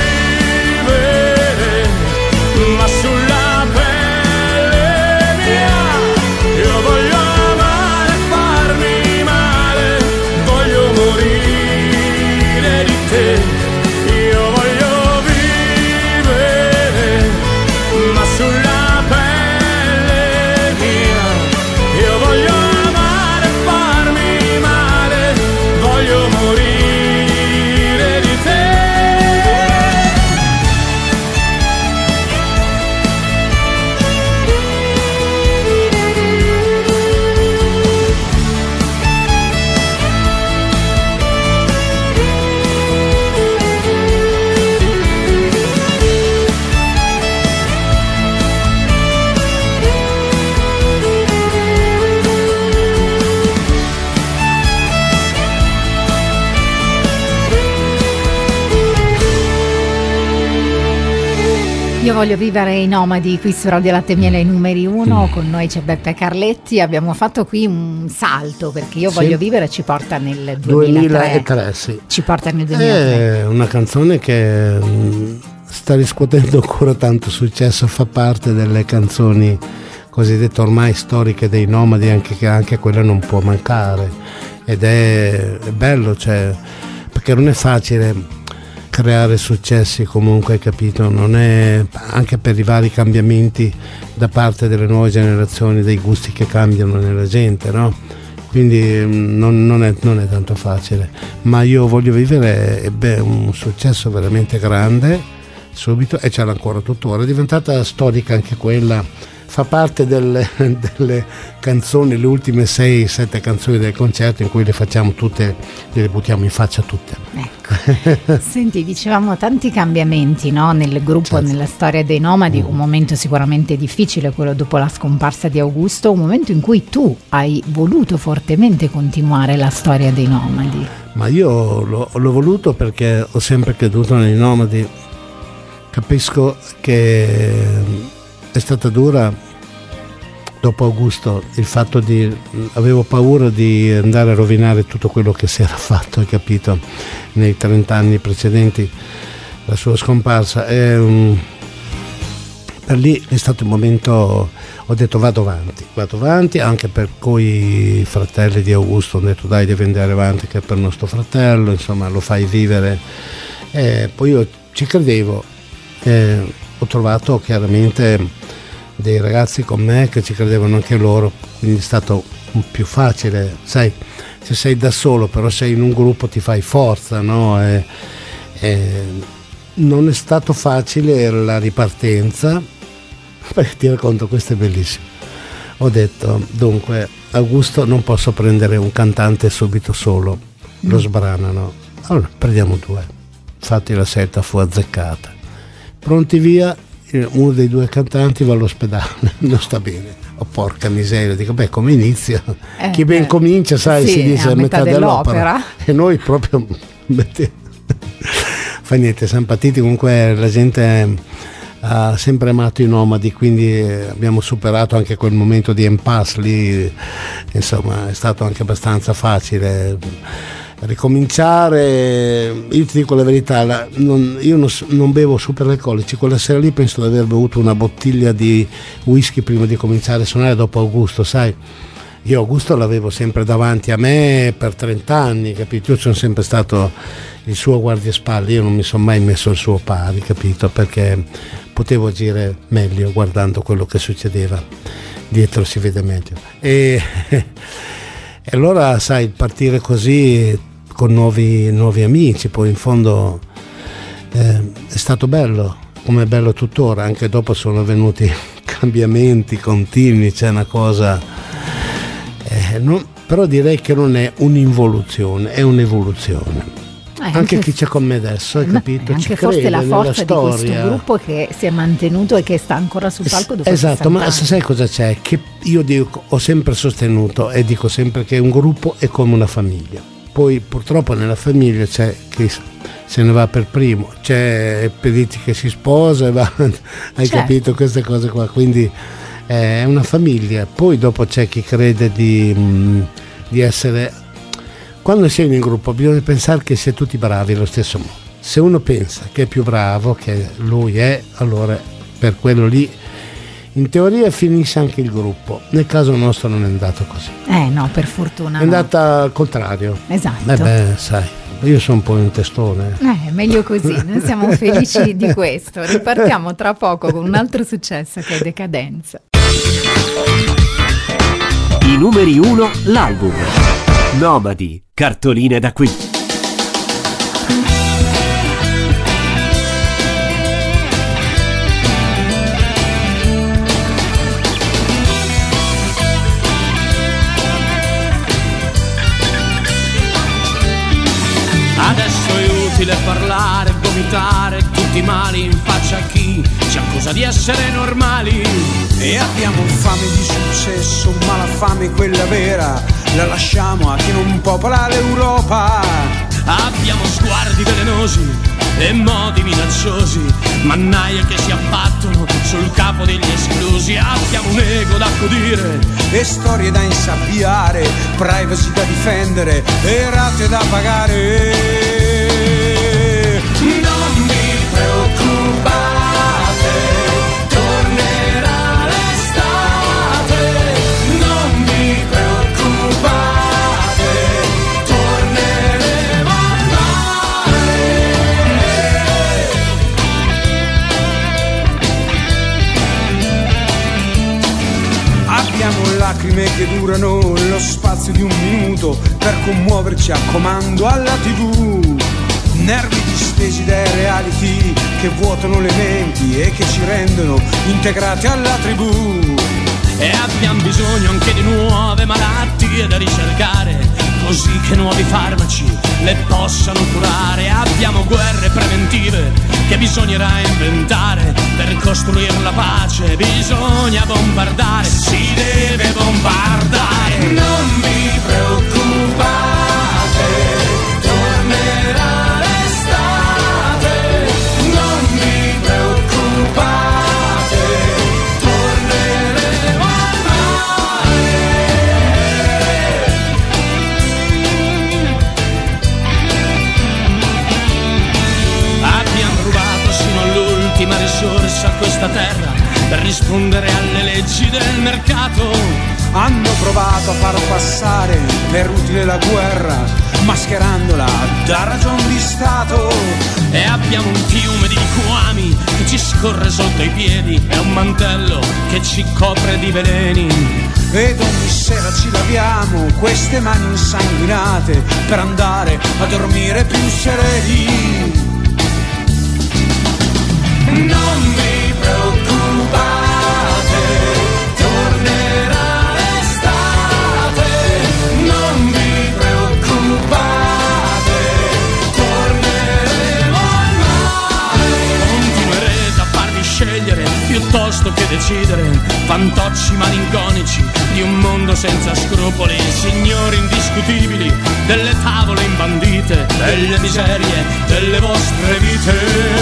vivere, ma sulla pelle mia, io voglio amare, farmi male, voglio morire di te, io voglio vivere, ma sulla pelle mia, io voglio amare, farmi male, voglio morire di te. Io voglio vivere i nomadi qui su Radio Latte e Miele, i numeri 1, con noi c'è Beppe Carletti, abbiamo fatto qui un salto perché Io voglio vivere ci porta nel 2003, sì. Ci porta nel 2003. È una canzone che sta riscuotendo ancora tanto successo, fa parte delle canzoni cosiddette ormai storiche dei nomadi, anche quella non può mancare, ed è bello, cioè, perché non è facile creare successi, comunque, hai capito? Non è, anche per i vari cambiamenti da parte delle nuove generazioni, dei gusti che cambiano nella gente, no? Quindi non è tanto facile, ma Io voglio vivere ebbe un successo veramente grande subito e ce l'ha ancora tuttora, è diventata storica anche quella, fa parte delle canzoni, le ultime 6-7 canzoni del concerto in cui le facciamo tutte, le buttiamo in faccia tutte. Ecco. Senti, dicevamo tanti cambiamenti, no? Nel gruppo, certo, nella storia dei nomadi, un momento sicuramente difficile, quello dopo la scomparsa di Augusto, un momento in cui tu hai voluto fortemente continuare la storia dei nomadi. Ma io l'ho voluto perché ho sempre creduto nei nomadi, capisco che è stata dura dopo Augusto il fatto avevo paura di andare a rovinare tutto quello che si era fatto, hai capito, nei 30 anni precedenti la sua scomparsa, e per lì è stato il momento, ho detto vado avanti, anche per coi fratelli di Augusto ho detto dai, devi andare avanti, che è per nostro fratello, insomma lo fai vivere, e poi io ci credevo, ho trovato chiaramente dei ragazzi con me che ci credevano anche loro, quindi è stato più facile, sai, se sei da solo però sei in un gruppo ti fai forza, no? non è stato facile la ripartenza, perché ti racconto, questo è bellissimo. Ho detto, dunque, Augusto, non posso prendere un cantante subito solo, lo sbranano, allora prendiamo due. Infatti la scelta fu azzeccata. Pronti via, uno dei due cantanti va all'ospedale, non sta bene. Oh, porca miseria, dico, beh, come inizia? Chi ben comincia, sai, sì, si dice a metà dell'opera. E noi proprio fa niente, siamo partiti. Comunque la gente ha sempre amato i Nomadi, quindi abbiamo superato anche quel momento di impasse lì, insomma è stato anche abbastanza facile ricominciare. Io ti dico la verità, io non bevo superalcolici. Quella sera lì penso di aver bevuto una bottiglia di whisky prima di cominciare a suonare, dopo Augusto, sai. Io Augusto l'avevo sempre davanti a me per 30 anni, capito? Io sono sempre stato il suo guardaespaldi, io non mi sono mai messo al suo pari, capito? Perché potevo agire meglio guardando quello che succedeva. Dietro si vede meglio. E allora, sai, partire così con nuovi amici, poi in fondo è stato bello, come è bello tuttora, anche dopo sono venuti cambiamenti continui, c'è una cosa... però direi che non è un'involuzione, è un'evoluzione. Anche chi c'è con me adesso, hai capito? Anche ci forse crede la forza nella di questo gruppo che si è mantenuto e che sta ancora sul palco dopo esatto, 60 ma anni. sai cosa c'è? Che io dico, ho sempre sostenuto e dico sempre che un gruppo è come una famiglia. Poi purtroppo nella famiglia c'è chi se ne va per primo, c'è Pediti che si sposa e va, hai capito, queste cose qua, quindi è una famiglia. Poi dopo c'è chi crede di essere... Quando sei in gruppo bisogna pensare che siete tutti bravi allo stesso modo. Se uno pensa che è più bravo che lui è, allora per quello lì in teoria finisce anche il gruppo. Nel caso nostro non è andato così. No, per fortuna. È andata al contrario. Esatto. Sai, io sono un po' un testone. Meglio così, noi siamo felici di questo. Ripartiamo tra poco con un altro successo che è Decadenza. I numeri 1, l'album. Nomadi, cartoline da qui. Adesso è utile parlare, vomitare tutti i mali in faccia a chi ci accusa di essere normali. E abbiamo fame di successo, ma la fame quella vera la lasciamo a chi non popola l'Europa. Abbiamo sguardi velenosi e modi minacciosi, mannaie che si abbattono sul capo degli esclusi. Abbiamo un ego da accudire e storie da insabbiare, privacy da difendere e rate da pagare. Non vi preoccupate, tornerà l'estate. Non vi preoccupate, torneremo a mare. Abbiamo lacrime che durano lo spazio di un minuto per commuoverci a comando alla TV. Nervi distesi dai reality che vuotano le menti e che ci rendono integrati alla tribù. E abbiamo bisogno anche di nuove malattie da ricercare, così che nuovi farmaci le possano curare. Abbiamo guerre preventive che bisognerà inventare, per costruire la pace bisogna bombardare, si deve bombardare. Non vi preoccupate, tornerà l'estate. Non vi preoccupate, torneremo a mare. Abbiamo rubato sino all'ultima risorsa a questa terra per rispondere alle leggi del mercato. Hanno provato a far passare per utile la guerra, mascherandola da ragion di Stato. E abbiamo un fiume di liquami che ci scorre sotto i piedi e un mantello che ci copre di veleni. Ed ogni sera ci laviamo queste mani insanguinate per andare a dormire più sereni. Non vi preoccupate, tornerà l'estate. Non vi preoccupate, torneremo al mare. Continuerete a farvi scegliere piuttosto che decidere, fantocci malinconici di un mondo senza scrupoli, signori indiscutibili delle tavole imbandite, delle miserie delle vostre vite.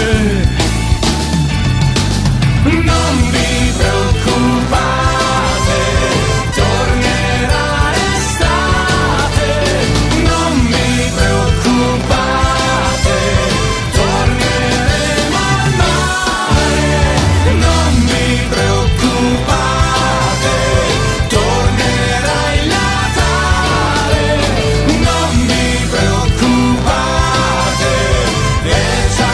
Non vi preoccupate, tornerà l'estate. Non vi preoccupate, torneremo al mare. Non vi preoccupate, tornerà il Natale. Non vi preoccupate, è già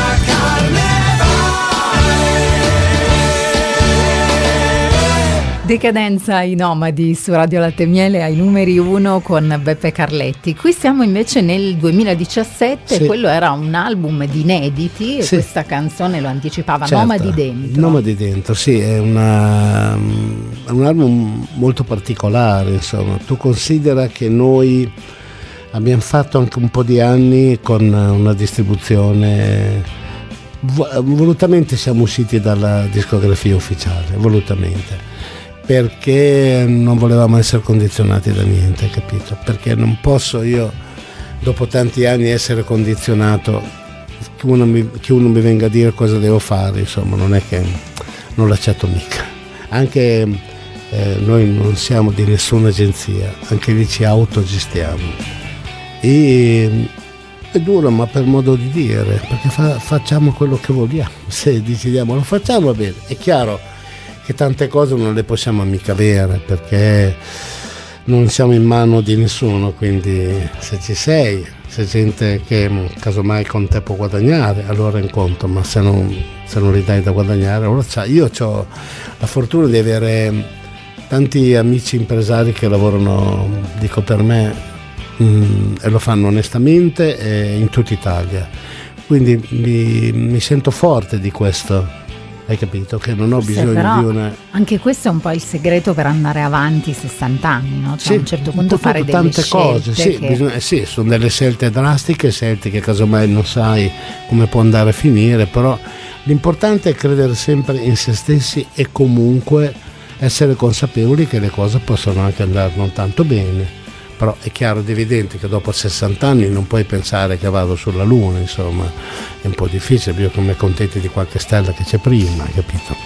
Decadenza ai Nomadi su Radio Latte e Miele ai numeri 1 con Beppe Carletti. Qui siamo invece nel 2017, Sì. Quello era un album di inediti e Sì. questa canzone lo anticipava, Certo, Nomadi Dentro. Nomadi Dentro, sì, è un album molto particolare, insomma. Tu considera che noi abbiamo fatto anche un po' di anni con una distribuzione, volutamente siamo usciti dalla discografia ufficiale, volutamente, perché non volevamo essere condizionati da niente, capito? Perché non posso io, dopo tanti anni, essere condizionato, che uno mi venga a dire cosa devo fare, insomma, non è che non l'accetto mica. Anche noi non siamo di nessuna agenzia, anche lì ci autogestiamo. E è duro, ma per modo di dire, perché facciamo quello che vogliamo. Se decidiamo lo facciamo, va bene. È chiaro che tante cose non le possiamo mica avere, perché non siamo in mano di nessuno, quindi se ci sei, c'è gente che casomai con te può guadagnare, allora in conto, ma se non li dai da guadagnare, allora io ho la fortuna di avere tanti amici impresari che lavorano, dico per me, e lo fanno onestamente in tutta Italia, quindi mi sento forte di questo. Hai capito? Che non ho bisogno però di una... Anche questo è un po' il segreto per andare avanti 60 anni, no? Cioè Sì, a un certo punto fare delle tante scelte cose, sì, che... sì, sono delle scelte drastiche, scelte che casomai non sai come può andare a finire, però l'importante è credere sempre in se stessi e comunque essere consapevoli che le cose possono anche andare non tanto bene. Però è chiaro ed evidente che dopo 60 anni non puoi pensare che vado sulla Luna, insomma, è un po' difficile, io come contenti di qualche stella che c'è prima, capito?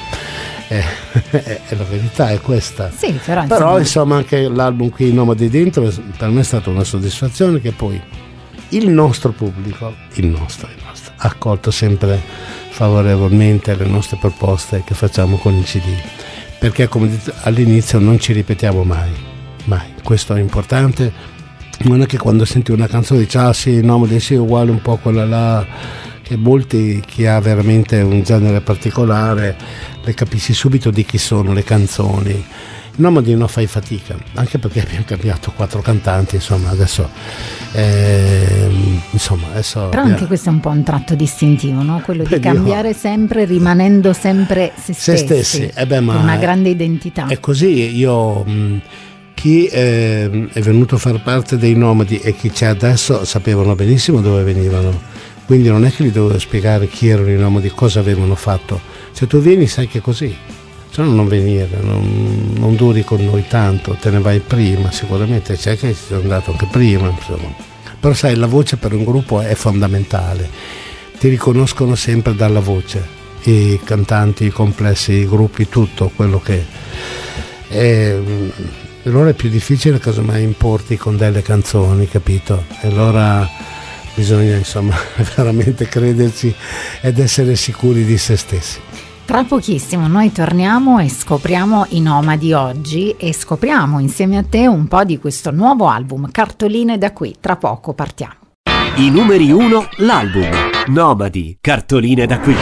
La verità è questa. Sì, però insomma anche l'album qui, Nomadi Dentro, per me è stata una soddisfazione, che poi il nostro pubblico, il nostro, ha accolto sempre favorevolmente le nostre proposte che facciamo con il CD, perché come detto all'inizio non ci ripetiamo mai, questo è importante. Non è che quando senti una canzone dici sì, Nomadi sì, uguale un po' quella là, che molti, chi ha veramente un genere particolare, le capisci subito di chi sono le canzoni. Nomadi non fai fatica, anche perché abbiamo cambiato 4 cantanti, insomma adesso però anche questo è un po' un tratto distintivo, no? Quello di cambiare sempre, rimanendo sempre se stessi. Ma una grande identità. È così. Io chi è venuto a far parte dei Nomadi e chi c'è adesso sapevano benissimo dove venivano, quindi non è che gli dovevo spiegare chi erano i Nomadi, cosa avevano fatto. Se tu vieni sai che è così, se no non venire, non duri con noi tanto, te ne vai prima, sicuramente c'è che ci sono andato anche prima, insomma. Però sai, la voce per un gruppo è fondamentale, ti riconoscono sempre dalla voce, i cantanti, i complessi, i gruppi, tutto quello che è. Allora è più difficile casomai importi con delle canzoni, capito? E allora bisogna insomma veramente crederci ed essere sicuri di se stessi. Tra pochissimo noi torniamo e scopriamo i Nomadi oggi e scopriamo insieme a te un po' di questo nuovo album, Cartoline da qui. Tra poco partiamo. I numeri 1, l'album Nomadi, Cartoline da qui.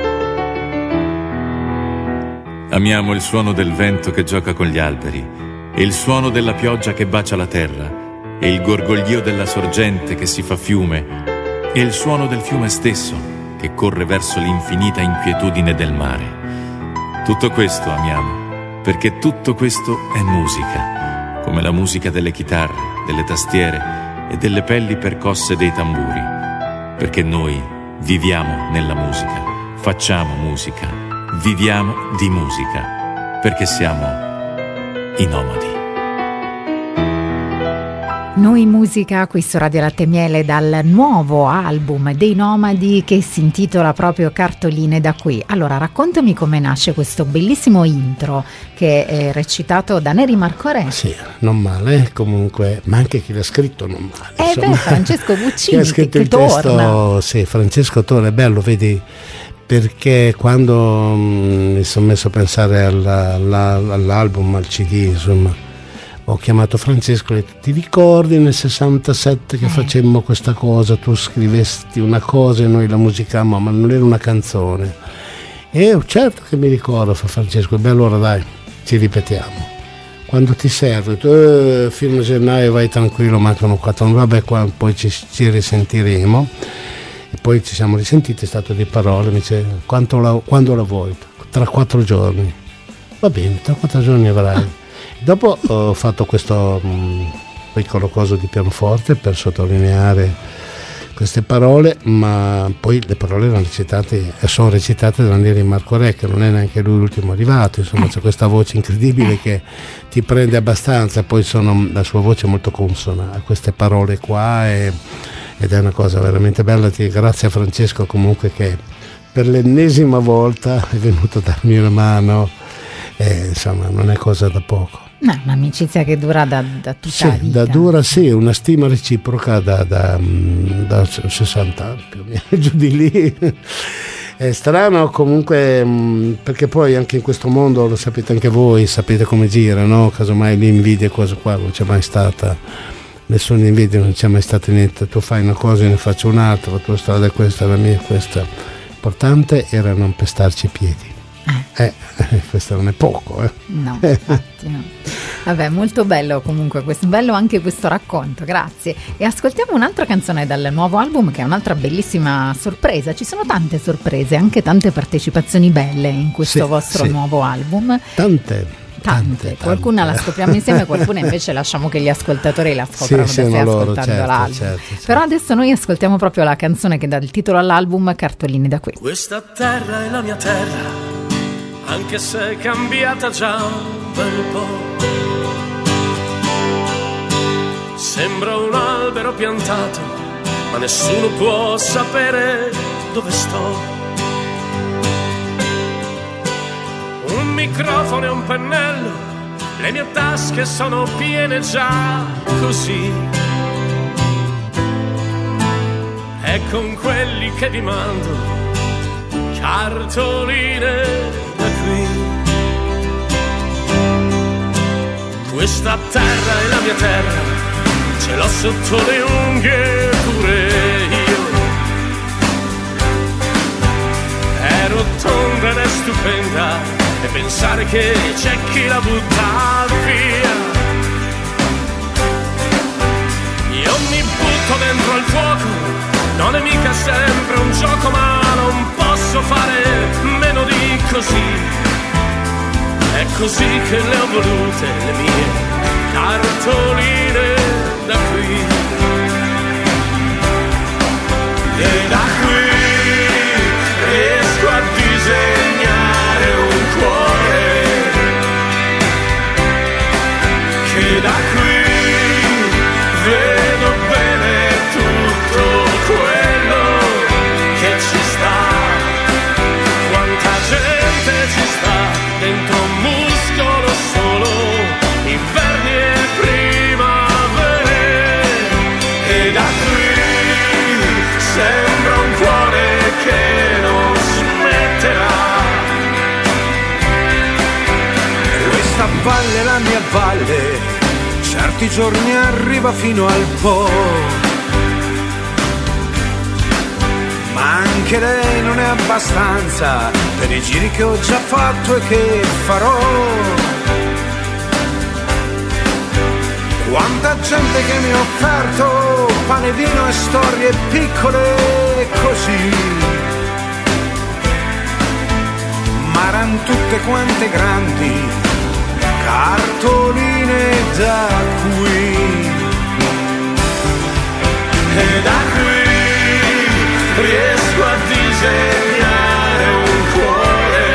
Amiamo il suono del vento che gioca con gli alberi, e il suono della pioggia che bacia la terra, e il gorgoglio della sorgente che si fa fiume, e il suono del fiume stesso che corre verso l'infinita inquietudine del mare. Tutto questo amiamo, perché tutto questo è musica, come la musica delle chitarre, delle tastiere e delle pelli percosse dei tamburi, perché noi viviamo nella musica, facciamo musica, viviamo di musica, perché siamo i nomadi. Noi musica qui su Radio Latte e Miele dal nuovo album dei Nomadi che si intitola proprio Cartoline da qui. Allora raccontami come nasce questo bellissimo intro che è recitato da Neri Marco Re. Sì, non male comunque, ma anche chi l'ha scritto non male. Francesco Guccini chi ha scritto che il torna. testo, sì, Francesco torna, è bello, vedi, perché quando mi sono messo a pensare all'album, al CD, insomma, ho chiamato Francesco e ho detto: ti ricordi nel 67 che facemmo questa cosa, tu scrivesti una cosa e noi la musicammo, ma non era una canzone? E certo che mi ricordo, fa Francesco. Beh, allora dai, ci ripetiamo quando ti serve, tu, fino a gennaio vai tranquillo, mancano 4 anni, vabbè, qua poi ci risentiremo. E poi ci siamo risentiti, è stato di parole, mi dice: quando la vuoi? Tra 4 giorni. Va bene, tra 4 giorni avrai. Dopo ho fatto questo piccolo coso di pianoforte per sottolineare queste parole, ma poi le parole sono recitate da Neri Marco Re, che non è neanche lui l'ultimo arrivato, insomma c'è questa voce incredibile che ti prende abbastanza, poi la sua voce è molto consona a queste parole qua ed è una cosa veramente bella. Grazie a Francesco comunque che per l'ennesima volta è venuto a darmi una mano, insomma non è cosa da poco. No, un'amicizia che dura da tutta la vita. Dura, sì, una stima reciproca da 60 anni più o meno, giù di lì. È strano comunque, perché poi anche in questo mondo, lo sapete anche voi, sapete come gira, no? Casomai l'invidia, cosa qua non c'è mai stata, nessuna invidia, non c'è mai stata niente. Tu fai una cosa e ne faccio un'altra, la tua strada è questa, la mia è questa. L'importante era non pestarci i piedi. Questo non è poco, No, infatti no. Vabbè, molto bello comunque, bello anche questo racconto, grazie. E ascoltiamo un'altra canzone dal nuovo album che è un'altra bellissima sorpresa. Ci sono tante sorprese, anche tante partecipazioni belle in questo vostro nuovo album. Tante. Qualcuna la scopriamo insieme, qualcuna invece lasciamo che gli ascoltatori la scoprano da sé ascoltando l'album. Certo. Però adesso noi ascoltiamo proprio la canzone che dà il titolo all'album, Cartoline da qui. Questa terra è la mia terra, anche se è cambiata già un bel po'. Sembra un albero piantato, ma nessuno può sapere dove sto. Un microfono e un pennello, le mie tasche sono piene già così. E con quelli che vi mando, cartoline da qui. Questa terra è la mia terra, ce l'ho sotto le unghie pure io. È rotonda ed è stupenda, e pensare che c'è chi la butta via. Io mi butto dentro il fuoco, non è mica sempre un gioco, ma non posso fare meno di così. È così che le ho volute le mie cartoline da qui. E da qui riesco a disegnare un cuore che da qui vedo bene tutto quello che ci sta. Quanta gente ci sta dentro un muscolo solo, inverni e primavere. E da qui sembra un cuore che non smetterà. Questa valle è la mia valle, certi giorni arriva fino al Po. Ma anche lei non è abbastanza per i giri che ho già fatto e che farò. Quanta gente che mi ha offerto pane, vino e storie piccole così, ma eran tutte quante grandi cartoline da qui. E da qui riesco a disegnare un cuore,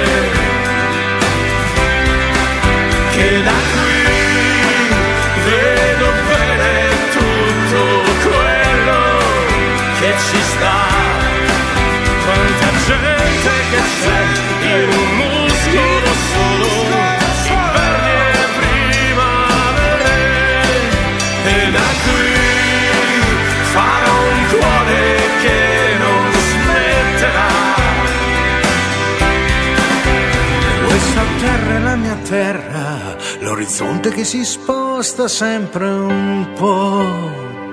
che da qui vedo bene tutto quello che ci sta. Quanta gente che c'è in un muscolo solo, inverni e primavere, e da qui farò un cuore che non smetterà. Questa terra è la mia terra, l'orizzonte che si sposta sempre un po',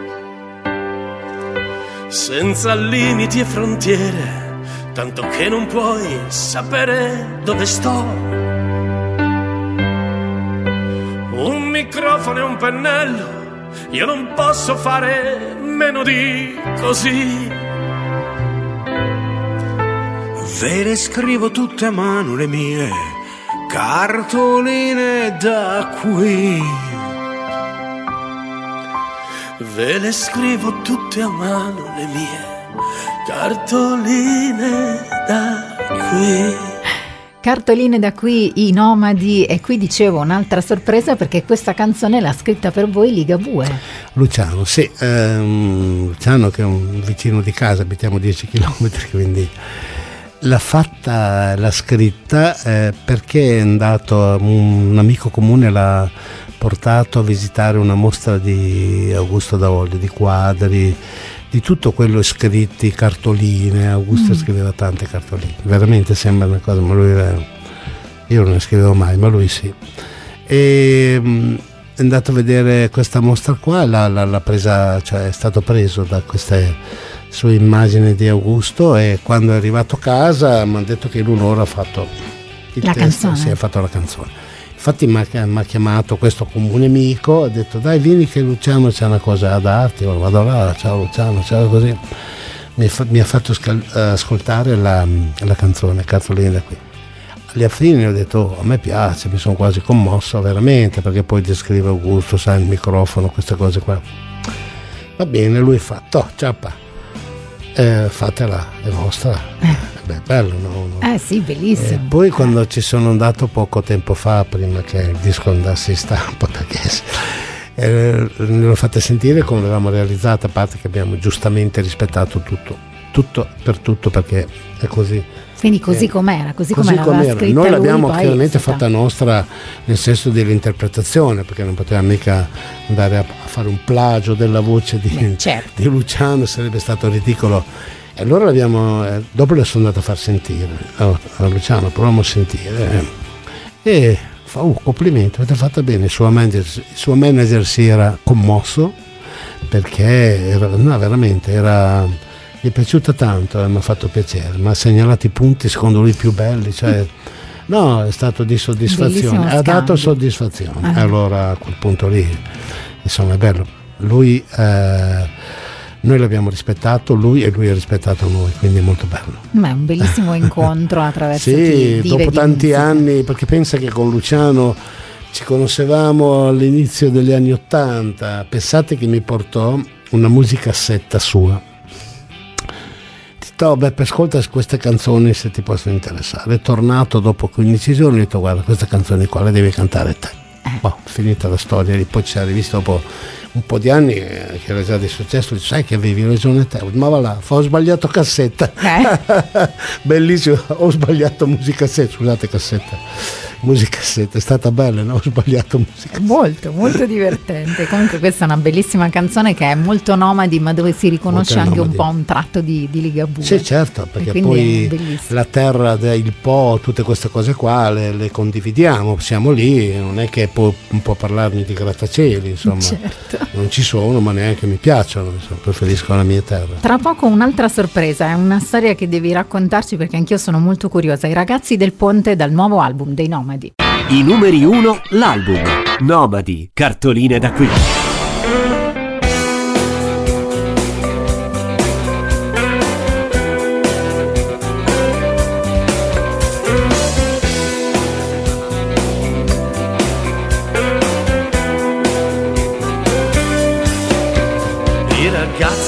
senza limiti e frontiere, tanto che non puoi sapere dove sto. Un microfono e un pennello, io non posso fare meno di così. Ve le scrivo tutte a mano le mie cartoline da qui. Ve le scrivo tutte a mano le mie cartoline da qui. Cartoline da qui, i Nomadi. E qui dicevo un'altra sorpresa, perché questa canzone l'ha scritta per voi Ligabue. Luciano, sì, Luciano che è un vicino di casa, abitiamo 10 chilometri, quindi l'ha scritta perché è andato, un amico comune l'ha portato a visitare una mostra di Augusto Daolio, di quadri, di tutto quello scritti, cartoline. Augusto scriveva tante cartoline, veramente sembra una cosa, ma lui io non ne scrivevo mai, ma lui sì. E è andato a vedere questa mostra qua, l'ha presa, cioè è stato preso da queste sue immagini di Augusto, e quando è arrivato a casa mi hanno detto che in un'ora ha fatto il la testo, canzone. sì, ha fatto la canzone. Infatti mi ha chiamato questo comune amico, ha detto dai vieni che Luciano c'è una cosa da darti. Io vado là, ciao Luciano, ciao, così mi ha fatto ascoltare la canzone Cartoline da qui. Alla fine ho detto a me piace, mi sono quasi commosso veramente, perché poi descrive Augusto, sai, il microfono, queste cose qua. Va bene, lui fa ciappa, fatela, è vostra. Beh, bello, no? Sì, bellissimo. Poi quando ci sono andato poco tempo fa, prima che il disco andasse in stampa, perché l'ho fatta sentire come l'avevamo realizzata, a parte che abbiamo giustamente rispettato tutto per tutto, perché è così. Quindi così com'era, così come l'aveva scritta noi lui, l'abbiamo poi chiaramente fatta nostra, nel senso dell'interpretazione, perché non poteva mica andare a fare un plagio della voce certo. di Luciano, sarebbe stato ridicolo. E allora dopo le sono andato a far sentire a Luciano, proviamo a sentire, e fa complimenti, avete fatto bene. Il suo manager si era commosso, perché gli è piaciuta tanto, mi ha fatto piacere, mi ha segnalato i punti secondo lui più belli, cioè no, è stato di soddisfazione, ha dato soddisfazione. Allora a quel punto lì, insomma, è bello. Lui noi l'abbiamo rispettato, lui ha rispettato noi, quindi è molto bello. Ma è un bellissimo incontro attraverso sì, dopo tanti anni, perché pensa che con Luciano ci conoscevamo all'inizio degli anni '80, pensate che mi portò una musicassetta sua. Ascolta queste canzoni se ti possono interessare. È tornato dopo 15 giorni e ho detto guarda, queste canzoni qua le devi cantare te. Finita la storia, poi ci siamo rivisti dopo un po' di anni, che era già di successo, dice, sai che avevi ragione te, ma va là, ho sbagliato cassetta. Bellissimo, ho sbagliato musicassetta, scusate, musicassetta, è stata bella, no? Ho sbagliato musicassetta. Molto, molto divertente. Comunque questa è una bellissima canzone che è molto Nomadi, ma dove si riconosce anche un po' un tratto di Ligabue. Sì, certo, perché poi la terra, il Po, tutte queste cose qua le condividiamo, siamo lì, non è che può parlarmi di grattacieli, insomma. Certo. Non ci sono, ma neanche mi piacciono, insomma, preferisco la mia terra. Tra poco un'altra sorpresa, è una storia che devi raccontarci, perché anch'io sono molto curiosa. I ragazzi del Ponte, dal nuovo album dei Nomadi. I numeri 1, l'album Nomadi, Cartoline da qui.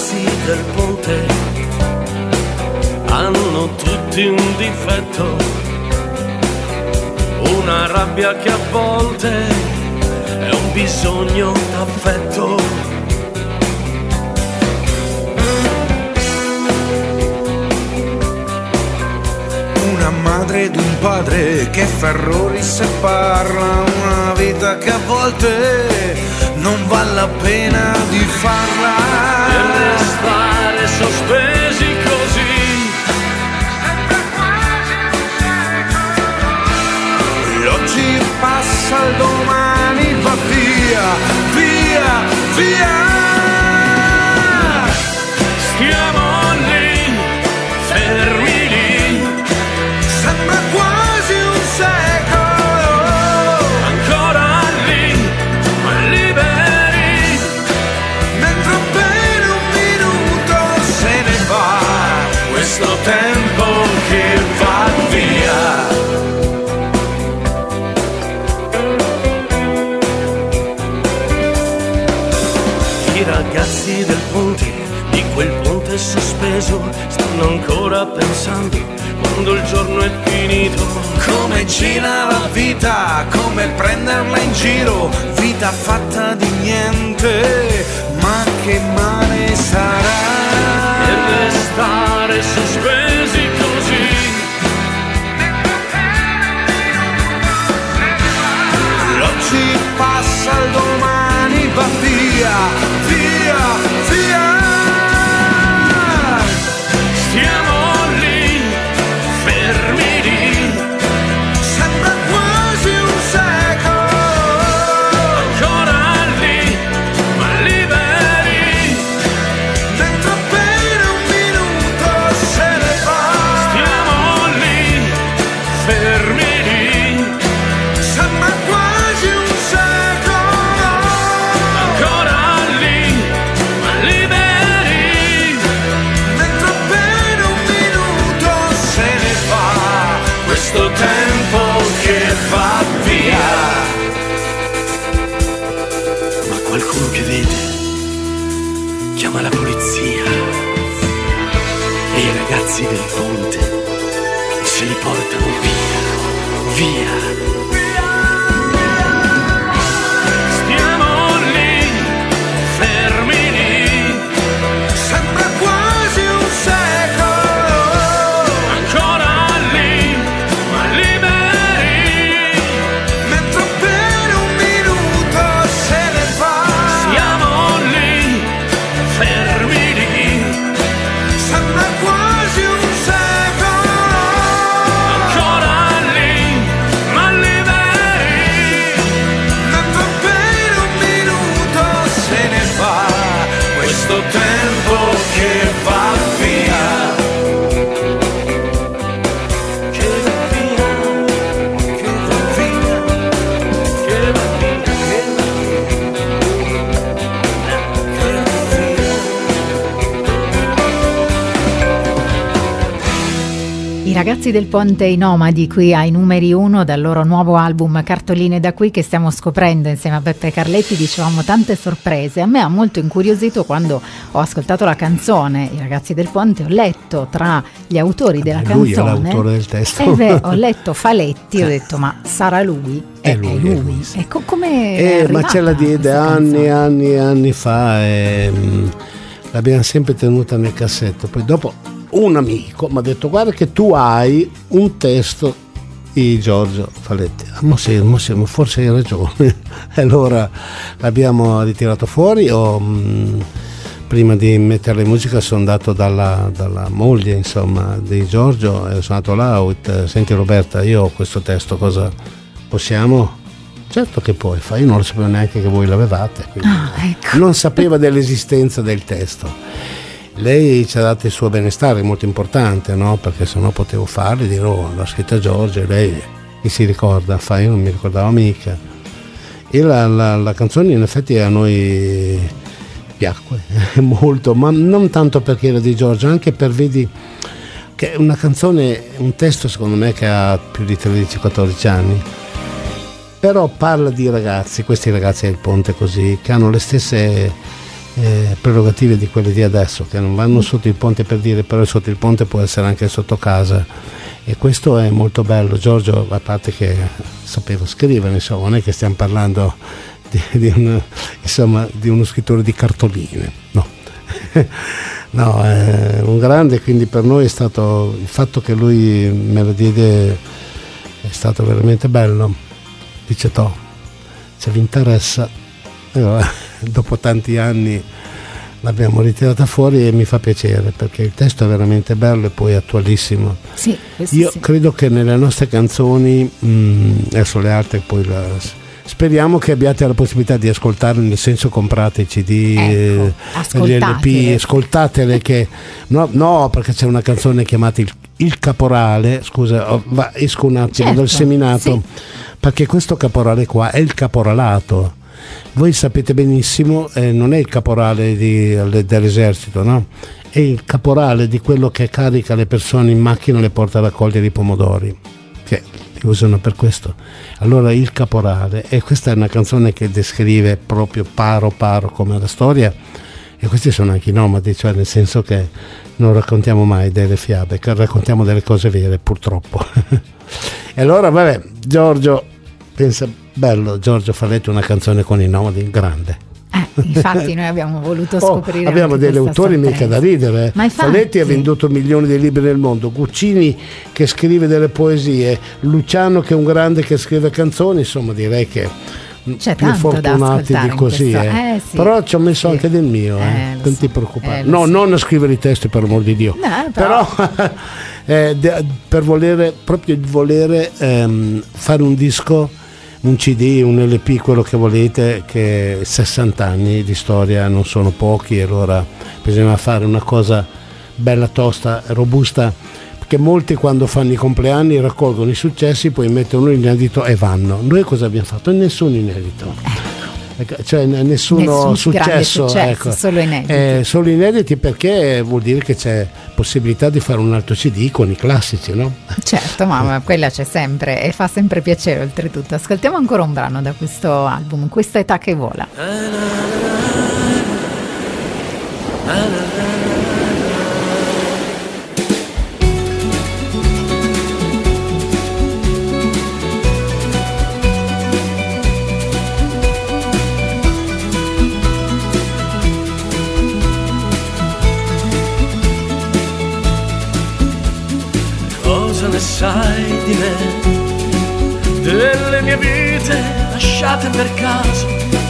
ragazzi del ponte hanno tutti un difetto, una rabbia che a volte è un bisogno d'affetto. Una madre ed un padre che fa errori se parla, una vita che a volte non vale la pena di farla. Per restare sospesi così, l'oggi passa, il domani va via, via, via. Stiamo lì, fermi lì, sembra quasi un secolo, ancora lì, ma liberi, mentre appena un minuto se ne va, questo tempo che va via. I ragazzi del ponte, di quel ponte sospeso, stanno ancora pensando quando il giorno è finito. Come gira la vita, come prenderla in giro, vita fatta di niente, ma che male sarà. E restare sospesi così, l'oggi passa, il domani va via, via, via. Stiamo lì, fermi lì, sembra quasi un secolo, ancora lì, ma liberi, mentre appena un minuto se ne va. Stiamo lì, fermi lì, sembra quasi un secolo, ancora lì, ma liberi, mentre appena un minuto se ne va, questo tempo che va via. Ma qualcuno che vede chiama la polizia e i ragazzi del ponte se li portano via, via. Stiamo lì, fermi lì, sembra quasi un secolo, ancora lì, ma liberi, mentre appena un minuto se ne va. Siamo lì, fermi lì, sembra quasi un secolo, ancora lì, ma liberi, mentre appena un minuto se ne va, questo tempo che va via, che va via, che va via, che va via, che va I ragazzi del ponte, i nomadi, qui ai numeri 1 dal loro nuovo album Cartoline da qui, che stiamo scoprendo insieme a Beppe Carletti. Dicevamo tante sorprese. A me ha molto incuriosito quando ho ascoltato la canzone I ragazzi del ponte, ho letto tra gli autori della Lui canzone, è l'autore del testo. ho letto Faletti, ho detto ma sarà lui? È lui. E come è Ma ce la arrivata diede questa canzone? anni fa e l'abbiamo sempre tenuta nel cassetto. Poi dopo un amico mi ha detto: guarda che tu hai un testo di Giorgio Faletti. Ma sì, forse hai ragione. E allora l'abbiamo ritirato fuori. Prima di mettere la musica sono andato dalla moglie, insomma, di Giorgio, e sono andato là, ho detto: senti Roberta, io ho questo testo, cosa possiamo? Certo che puoi, io non lo sapevo neanche che voi l'avevate, quindi ecco. non sapeva dell'esistenza del testo. Lei ci ha dato il suo benestare, molto importante, no? Perché sennò potevo farle, dire: oh, l'ha scritta Giorgio, e lei chi si ricorda? Io non mi ricordavo mica. E la canzone in effetti a noi piacque molto, ma non tanto perché era di Giorgio, anche per, vedi, che è una canzone, un testo secondo me che ha più di 13-14 anni, però parla di ragazzi, questi ragazzi del ponte così, che hanno le stesse prerogative di quelle di adesso, che non vanno sotto il ponte, per dire, però sotto il ponte può essere anche sotto casa, e questo è molto bello. Giorgio, a parte che sapeva scrivere, insomma, non è che stiamo parlando di uno scrittore di cartoline, no. No, è un grande, quindi per noi è stato, il fatto che lui me lo diede è stato veramente bello. Dice to, se vi interessa, dopo tanti anni l'abbiamo ritirata fuori e mi fa piacere, perché il testo è veramente bello e poi attualissimo. Sì, io sì. Credo che nelle nostre canzoni, adesso le altre poi speriamo che abbiate la possibilità di ascoltarle, nel senso comprate i CD, gli LP, ascoltatele, che no, perché c'è una canzone chiamata il Caporale, scusa, esco un attimo dal seminato, sì. Perché questo caporale qua è il caporalato. Voi sapete benissimo, non è il caporale dell'esercito, no? È il caporale di quello che carica le persone in macchina e le porta a raccogliere i pomodori, che li usano per questo. Allora il caporale, e questa è una canzone che descrive proprio paro come la storia, e questi sono anche i nomadi, cioè nel senso che non raccontiamo mai delle fiabe, che raccontiamo delle cose vere, purtroppo. E allora vabbè, Giorgio pensa, bello, Giorgio Faletti, una canzone con i nomadi, grande. Infatti noi abbiamo voluto scoprire abbiamo degli autori mica da ridere. Faletti ha venduto milioni di libri nel mondo, Guccini che scrive delle poesie, Luciano che è un grande che scrive canzoni, insomma direi che c'è più fortunati di così, sì. Però ci ho messo anche del mio, non ti preoccupare, no, non a scrivere i testi, per amor di Dio, però per volere fare un disco, un CD, un LP, quello che volete, che 60 anni di storia non sono pochi, e allora bisogna fare una cosa bella, tosta, robusta, perché molti quando fanno i compleanni raccolgono i successi, poi mettono un inedito e vanno. Noi cosa abbiamo fatto? Nessun inedito. Cioè nessun successo, ecco. Solo inediti. Solo inediti, perché vuol dire che c'è possibilità di fare un altro CD con i classici, no? Certo, ma quella c'è sempre e fa sempre piacere oltretutto. Ascoltiamo ancora un brano da questo album, Questa età che vola. Sai di me, delle mie vite lasciate per caso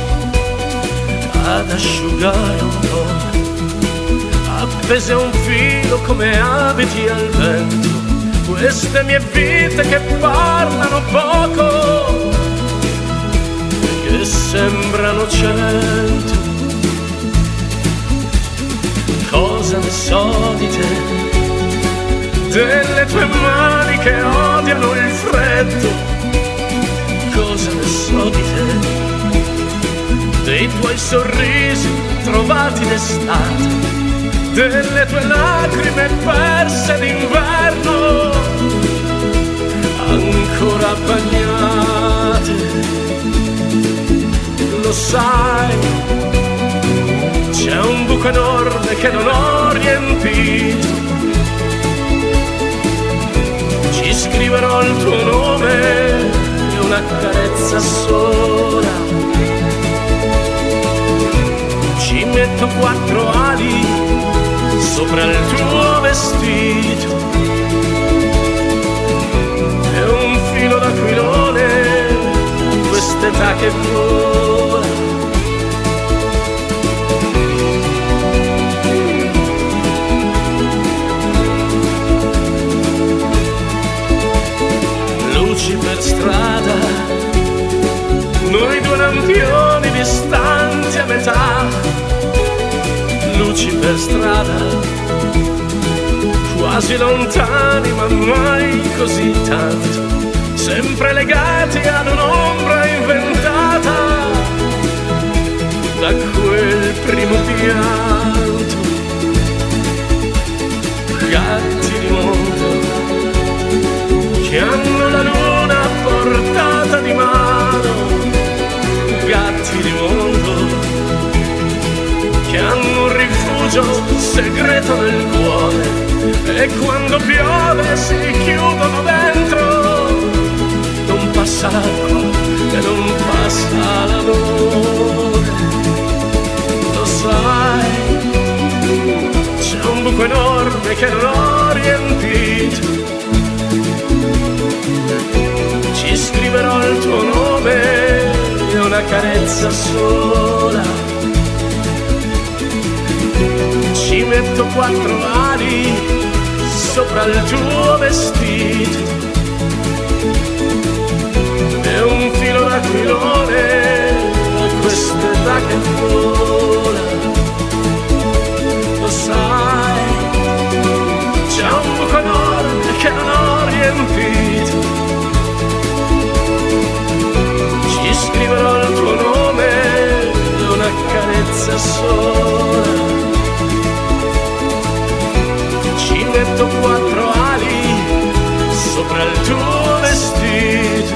ad asciugare un po', appese a un filo come abiti al vento, queste mie vite che parlano poco, che sembrano 100. Cosa ne so di te? Delle tue mani che odiano il freddo, cosa ne so di te? Dei tuoi sorrisi trovati d'estate, delle tue lacrime perse d'inverno, ancora bagnate. Lo sai, c'è un buco enorme che non ho riempito. Ci scriverò il tuo nome e una carezza sola. Ci metto 4 ali sopra il tuo vestito e un filo d'aquilone, quest'età che vola. Per strada, noi 2 lampioni distanti a metà, luci per strada, quasi lontani ma mai così tanto, sempre legati ad un'ombra inventata da quel primo pianto. Gatti di mondo che hanno la luna a portata di mano, gatti di mondo che segreto del cuore, e quando piove si chiudono dentro, non passa l'acqua e non passa l'amore. Lo sai, c'è un buco enorme che non ho riempito, ci scriverò il tuo nome e una carezza sola. Ci metto 4 ali sopra il tuo vestito e un filo d'aquilone a quest'età che vola. Lo sai, c'è un buco enorme che non ho riempito, ci scriverò il tuo nome e una carezza sola. Ci metto 4 ali sopra il tuo vestito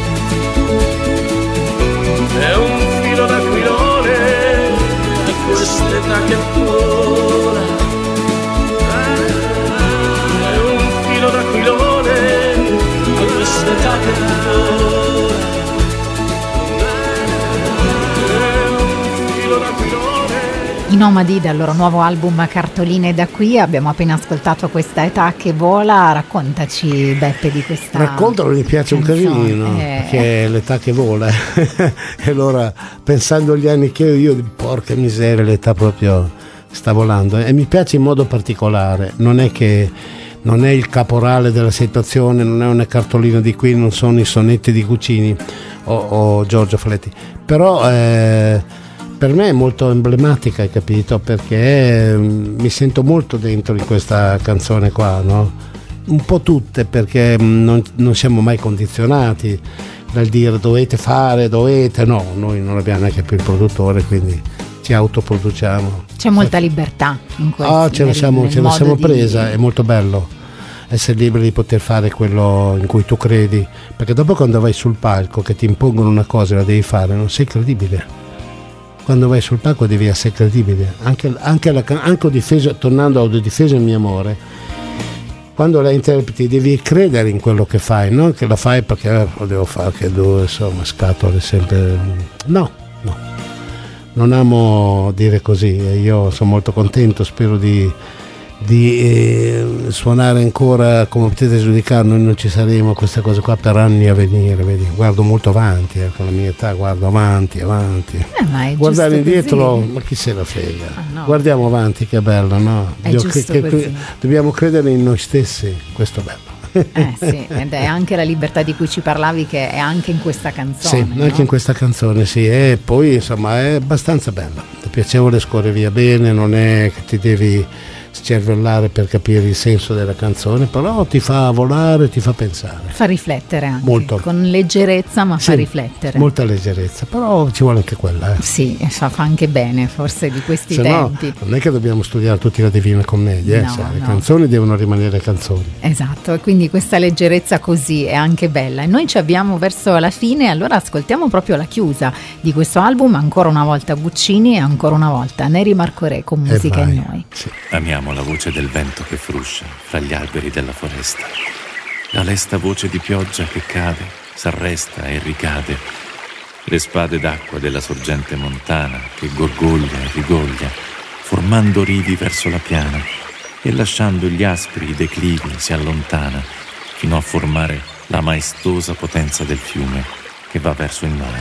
e un filo d'aquilone a quest'età che vola. E un filo d'aquilone a quest'età che vola. E un filo d'aquilone. I Nomadi dal loro nuovo album Cartoline da qui, abbiamo appena ascoltato Questa età che vola. Raccontaci, Beppe, di questa Raccontalo, mi piace canzone. un casino, che è l'età che vola. E allora, pensando agli anni che ho io, porca miseria, l'età proprio sta volando, e mi piace in modo particolare. Non è che non è il caporale della situazione, non è una cartolina di qui, non sono i sonetti di Guccini o Giorgio Faletti, però per me è molto emblematica, hai capito? Perché mi sento molto dentro in questa canzone qua, no? Un po' tutte, perché non siamo mai condizionati dal dire dovete fare, no, noi non abbiamo neanche più il produttore, quindi ci autoproduciamo. C'è molta libertà in questo. Ce la siamo presa, è molto bello essere liberi di poter fare quello in cui tu credi, perché dopo, quando vai sul palco che ti impongono una cosa e la devi fare, non sei credibile. Quando vai sul palco devi essere credibile, anche tornando a Difesa il mio amore, quando la interpreti devi credere in quello che fai, non che la fai perché lo devo fare, che insomma scatole sempre. No, non amo dire così, io sono molto contento, spero di suonare ancora, come potete giudicare. Noi non ci saremo queste cose qua per anni a venire, vedi? Guardo molto avanti, con la mia età guardo avanti. Ma è guardare indietro, così. Ma chi se la frega? No. Guardiamo avanti, che bello, no? È giusto così. Dobbiamo credere in noi stessi, questo è bello. Sì, ed è anche la libertà di cui ci parlavi, che è anche in questa canzone. Sì, anche in questa canzone, sì. E poi insomma è abbastanza bella, è piacevole, scorre via bene, non è che ti devi scervellare per capire il senso della canzone, però ti fa volare, ti fa pensare, fa riflettere anche, molto, con leggerezza, ma sì, fa riflettere, molta leggerezza, però ci vuole anche quella, sì, fa anche bene forse di questi tempi. No, non è che dobbiamo studiare tutti la Divina Commedia, no, le canzoni devono rimanere canzoni, esatto, e quindi questa leggerezza così è anche bella. E noi ci abbiamo verso la fine, allora ascoltiamo proprio la chiusa di questo album, ancora una volta Guccini e ancora una volta Neri Marco Re con Musica in Noi. Sì. Amiamo la voce del vento che fruscia fra gli alberi della foresta, la lesta voce di pioggia che cade, s'arresta e ricade, le spade d'acqua della sorgente montana che gorgoglia e rigoglia, formando rivi verso la piana, e lasciando gli aspri declivi si allontana fino a formare la maestosa potenza del fiume che va verso il mare.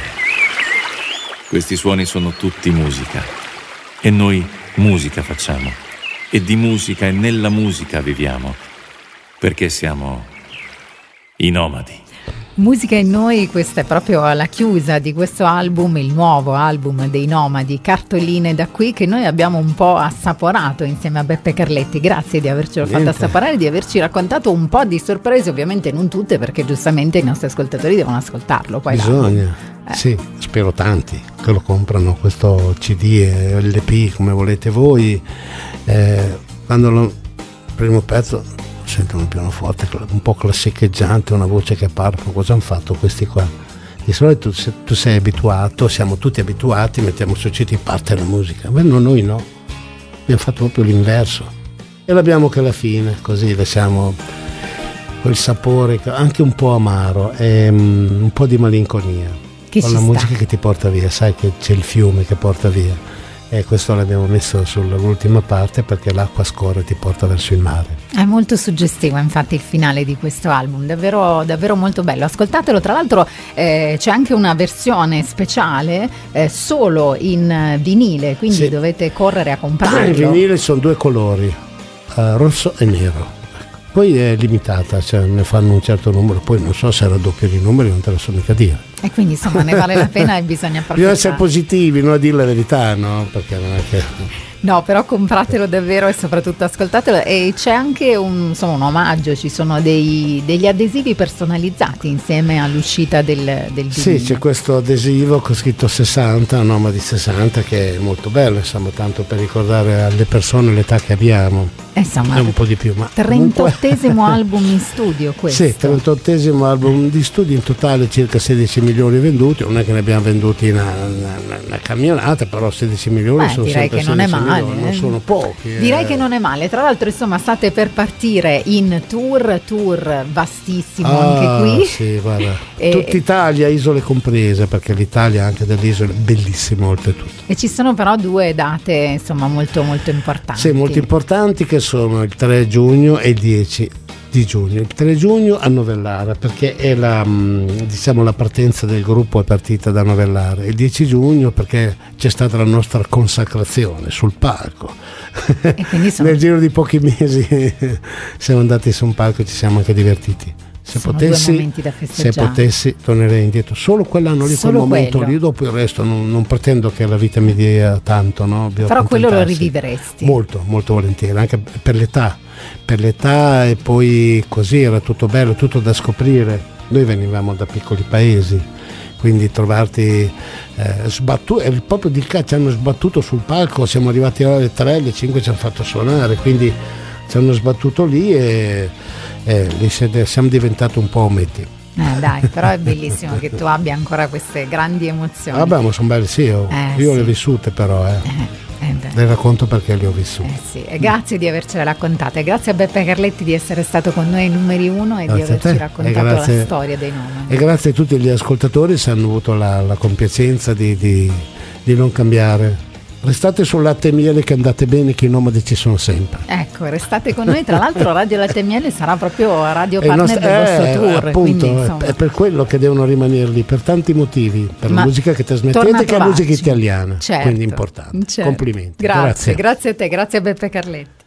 Questi suoni sono tutti musica, e noi musica facciamo, e di musica e nella musica viviamo, perché siamo i Nomadi. Musica in Noi, questa è proprio la chiusa di questo album, il nuovo album dei Nomadi, Cartoline da qui, che noi abbiamo un po' assaporato insieme a Beppe Carletti. Grazie di avercelo fatto assaporare, di averci raccontato un po' di sorprese, ovviamente non tutte, perché giustamente i nostri ascoltatori devono ascoltarlo. Poi bisogna, sì, spero tanti che lo comprano questo CD e LP come volete voi. Quando il primo pezzo sento un pianoforte un po' classicheggiante, una voce che parla, cosa hanno fatto questi qua? Di solito tu sei abituato, siamo tutti abituati, mettiamo su CD, parte la musica, ma noi no, abbiamo fatto proprio l'inverso e l'abbiamo che alla fine, così lasciamo quel sapore anche un po' amaro e un po' di malinconia con la musica che ti porta via, sai che c'è il fiume che porta via. E questo l'abbiamo messo sull'ultima parte perché l'acqua scorre e ti porta verso il mare. È molto suggestivo infatti il finale di questo album, davvero, davvero molto bello, ascoltatelo. Tra l'altro c'è anche una versione speciale solo in vinile, quindi dovete correre a comprarlo. In vinile sono 2 colori, rosso e nero. Poi è limitata, cioè ne fanno un certo numero, poi non so se raddoppio di numeri, non te lo so mica dire. E quindi insomma ne vale la pena e bisogna approfittare. Bisogna essere positivi, non a dire la verità, no? Perché non è che... No, però compratelo davvero e soprattutto ascoltatelo. E c'è anche un omaggio, ci sono degli adesivi personalizzati insieme all'uscita del vinile. Sì, c'è questo adesivo con scritto 60, a nome di 60, che è molto bello, insomma, tanto per ricordare alle persone l'età che abbiamo. Insomma, è un po' di più, ma 38esimo album in studio questo. Sì, 38esimo album di studio, in totale circa 16 milioni venduti, non è che ne abbiamo venduti una camionata, però 16 milioni sono direi sempre che non è male, non sono pochi. Direi che non è male, tra l'altro insomma state per partire in tour vastissimo anche qui. Sì, guarda, tutta Italia, isole comprese, perché l'Italia anche delle isole è bellissima oltretutto. E ci sono però 2 date insomma molto molto importanti. Sì, molto importanti, che sono il 3 giugno e il 10 di giugno. Il 3 giugno a Novellara, perché è la partenza del gruppo è partita da Novellara. Il 10 giugno perché c'è stata la nostra consacrazione sul palco. E quindi nel giro di pochi mesi siamo andati su un palco e ci siamo anche divertiti. Se potessi tornerei indietro solo quell'anno lì, quel momento lì, dopo il resto non pretendo che la vita mi dia tanto, no? Però quello lo riviveresti molto molto volentieri, anche per l'età e poi così era tutto bello, tutto da scoprire. Noi venivamo da piccoli paesi, quindi trovarti proprio di qua ci hanno sbattuto sul palco, siamo arrivati alle 3, alle 5 ci hanno fatto suonare, quindi ci hanno sbattuto lì e lì siamo diventati un po' ometti. Dai, però è bellissimo che tu abbia ancora queste grandi emozioni. Vabbè, ma sono belle, sì, io le ho vissute però. Le racconto perché le ho vissute. Sì. E grazie di avercele raccontate, grazie a Beppe Carletti di essere stato con noi ai numeri 1 e grazie di averci raccontato la storia dei nomi. E grazie a tutti gli ascoltatori se hanno avuto la compiacenza di non cambiare. Restate sul Latte e Miele che andate bene, che i nomadi ci sono sempre. Ecco, restate con noi. Tra l'altro Radio Latte e Miele sarà proprio radio partner del vostro tour. Appunto, quindi, è per quello che devono rimanere lì, per tanti motivi, per la musica che trasmettete, che è musica italiana, certo, quindi importante. Certo. Complimenti. Grazie a te, grazie a Beppe Carletti.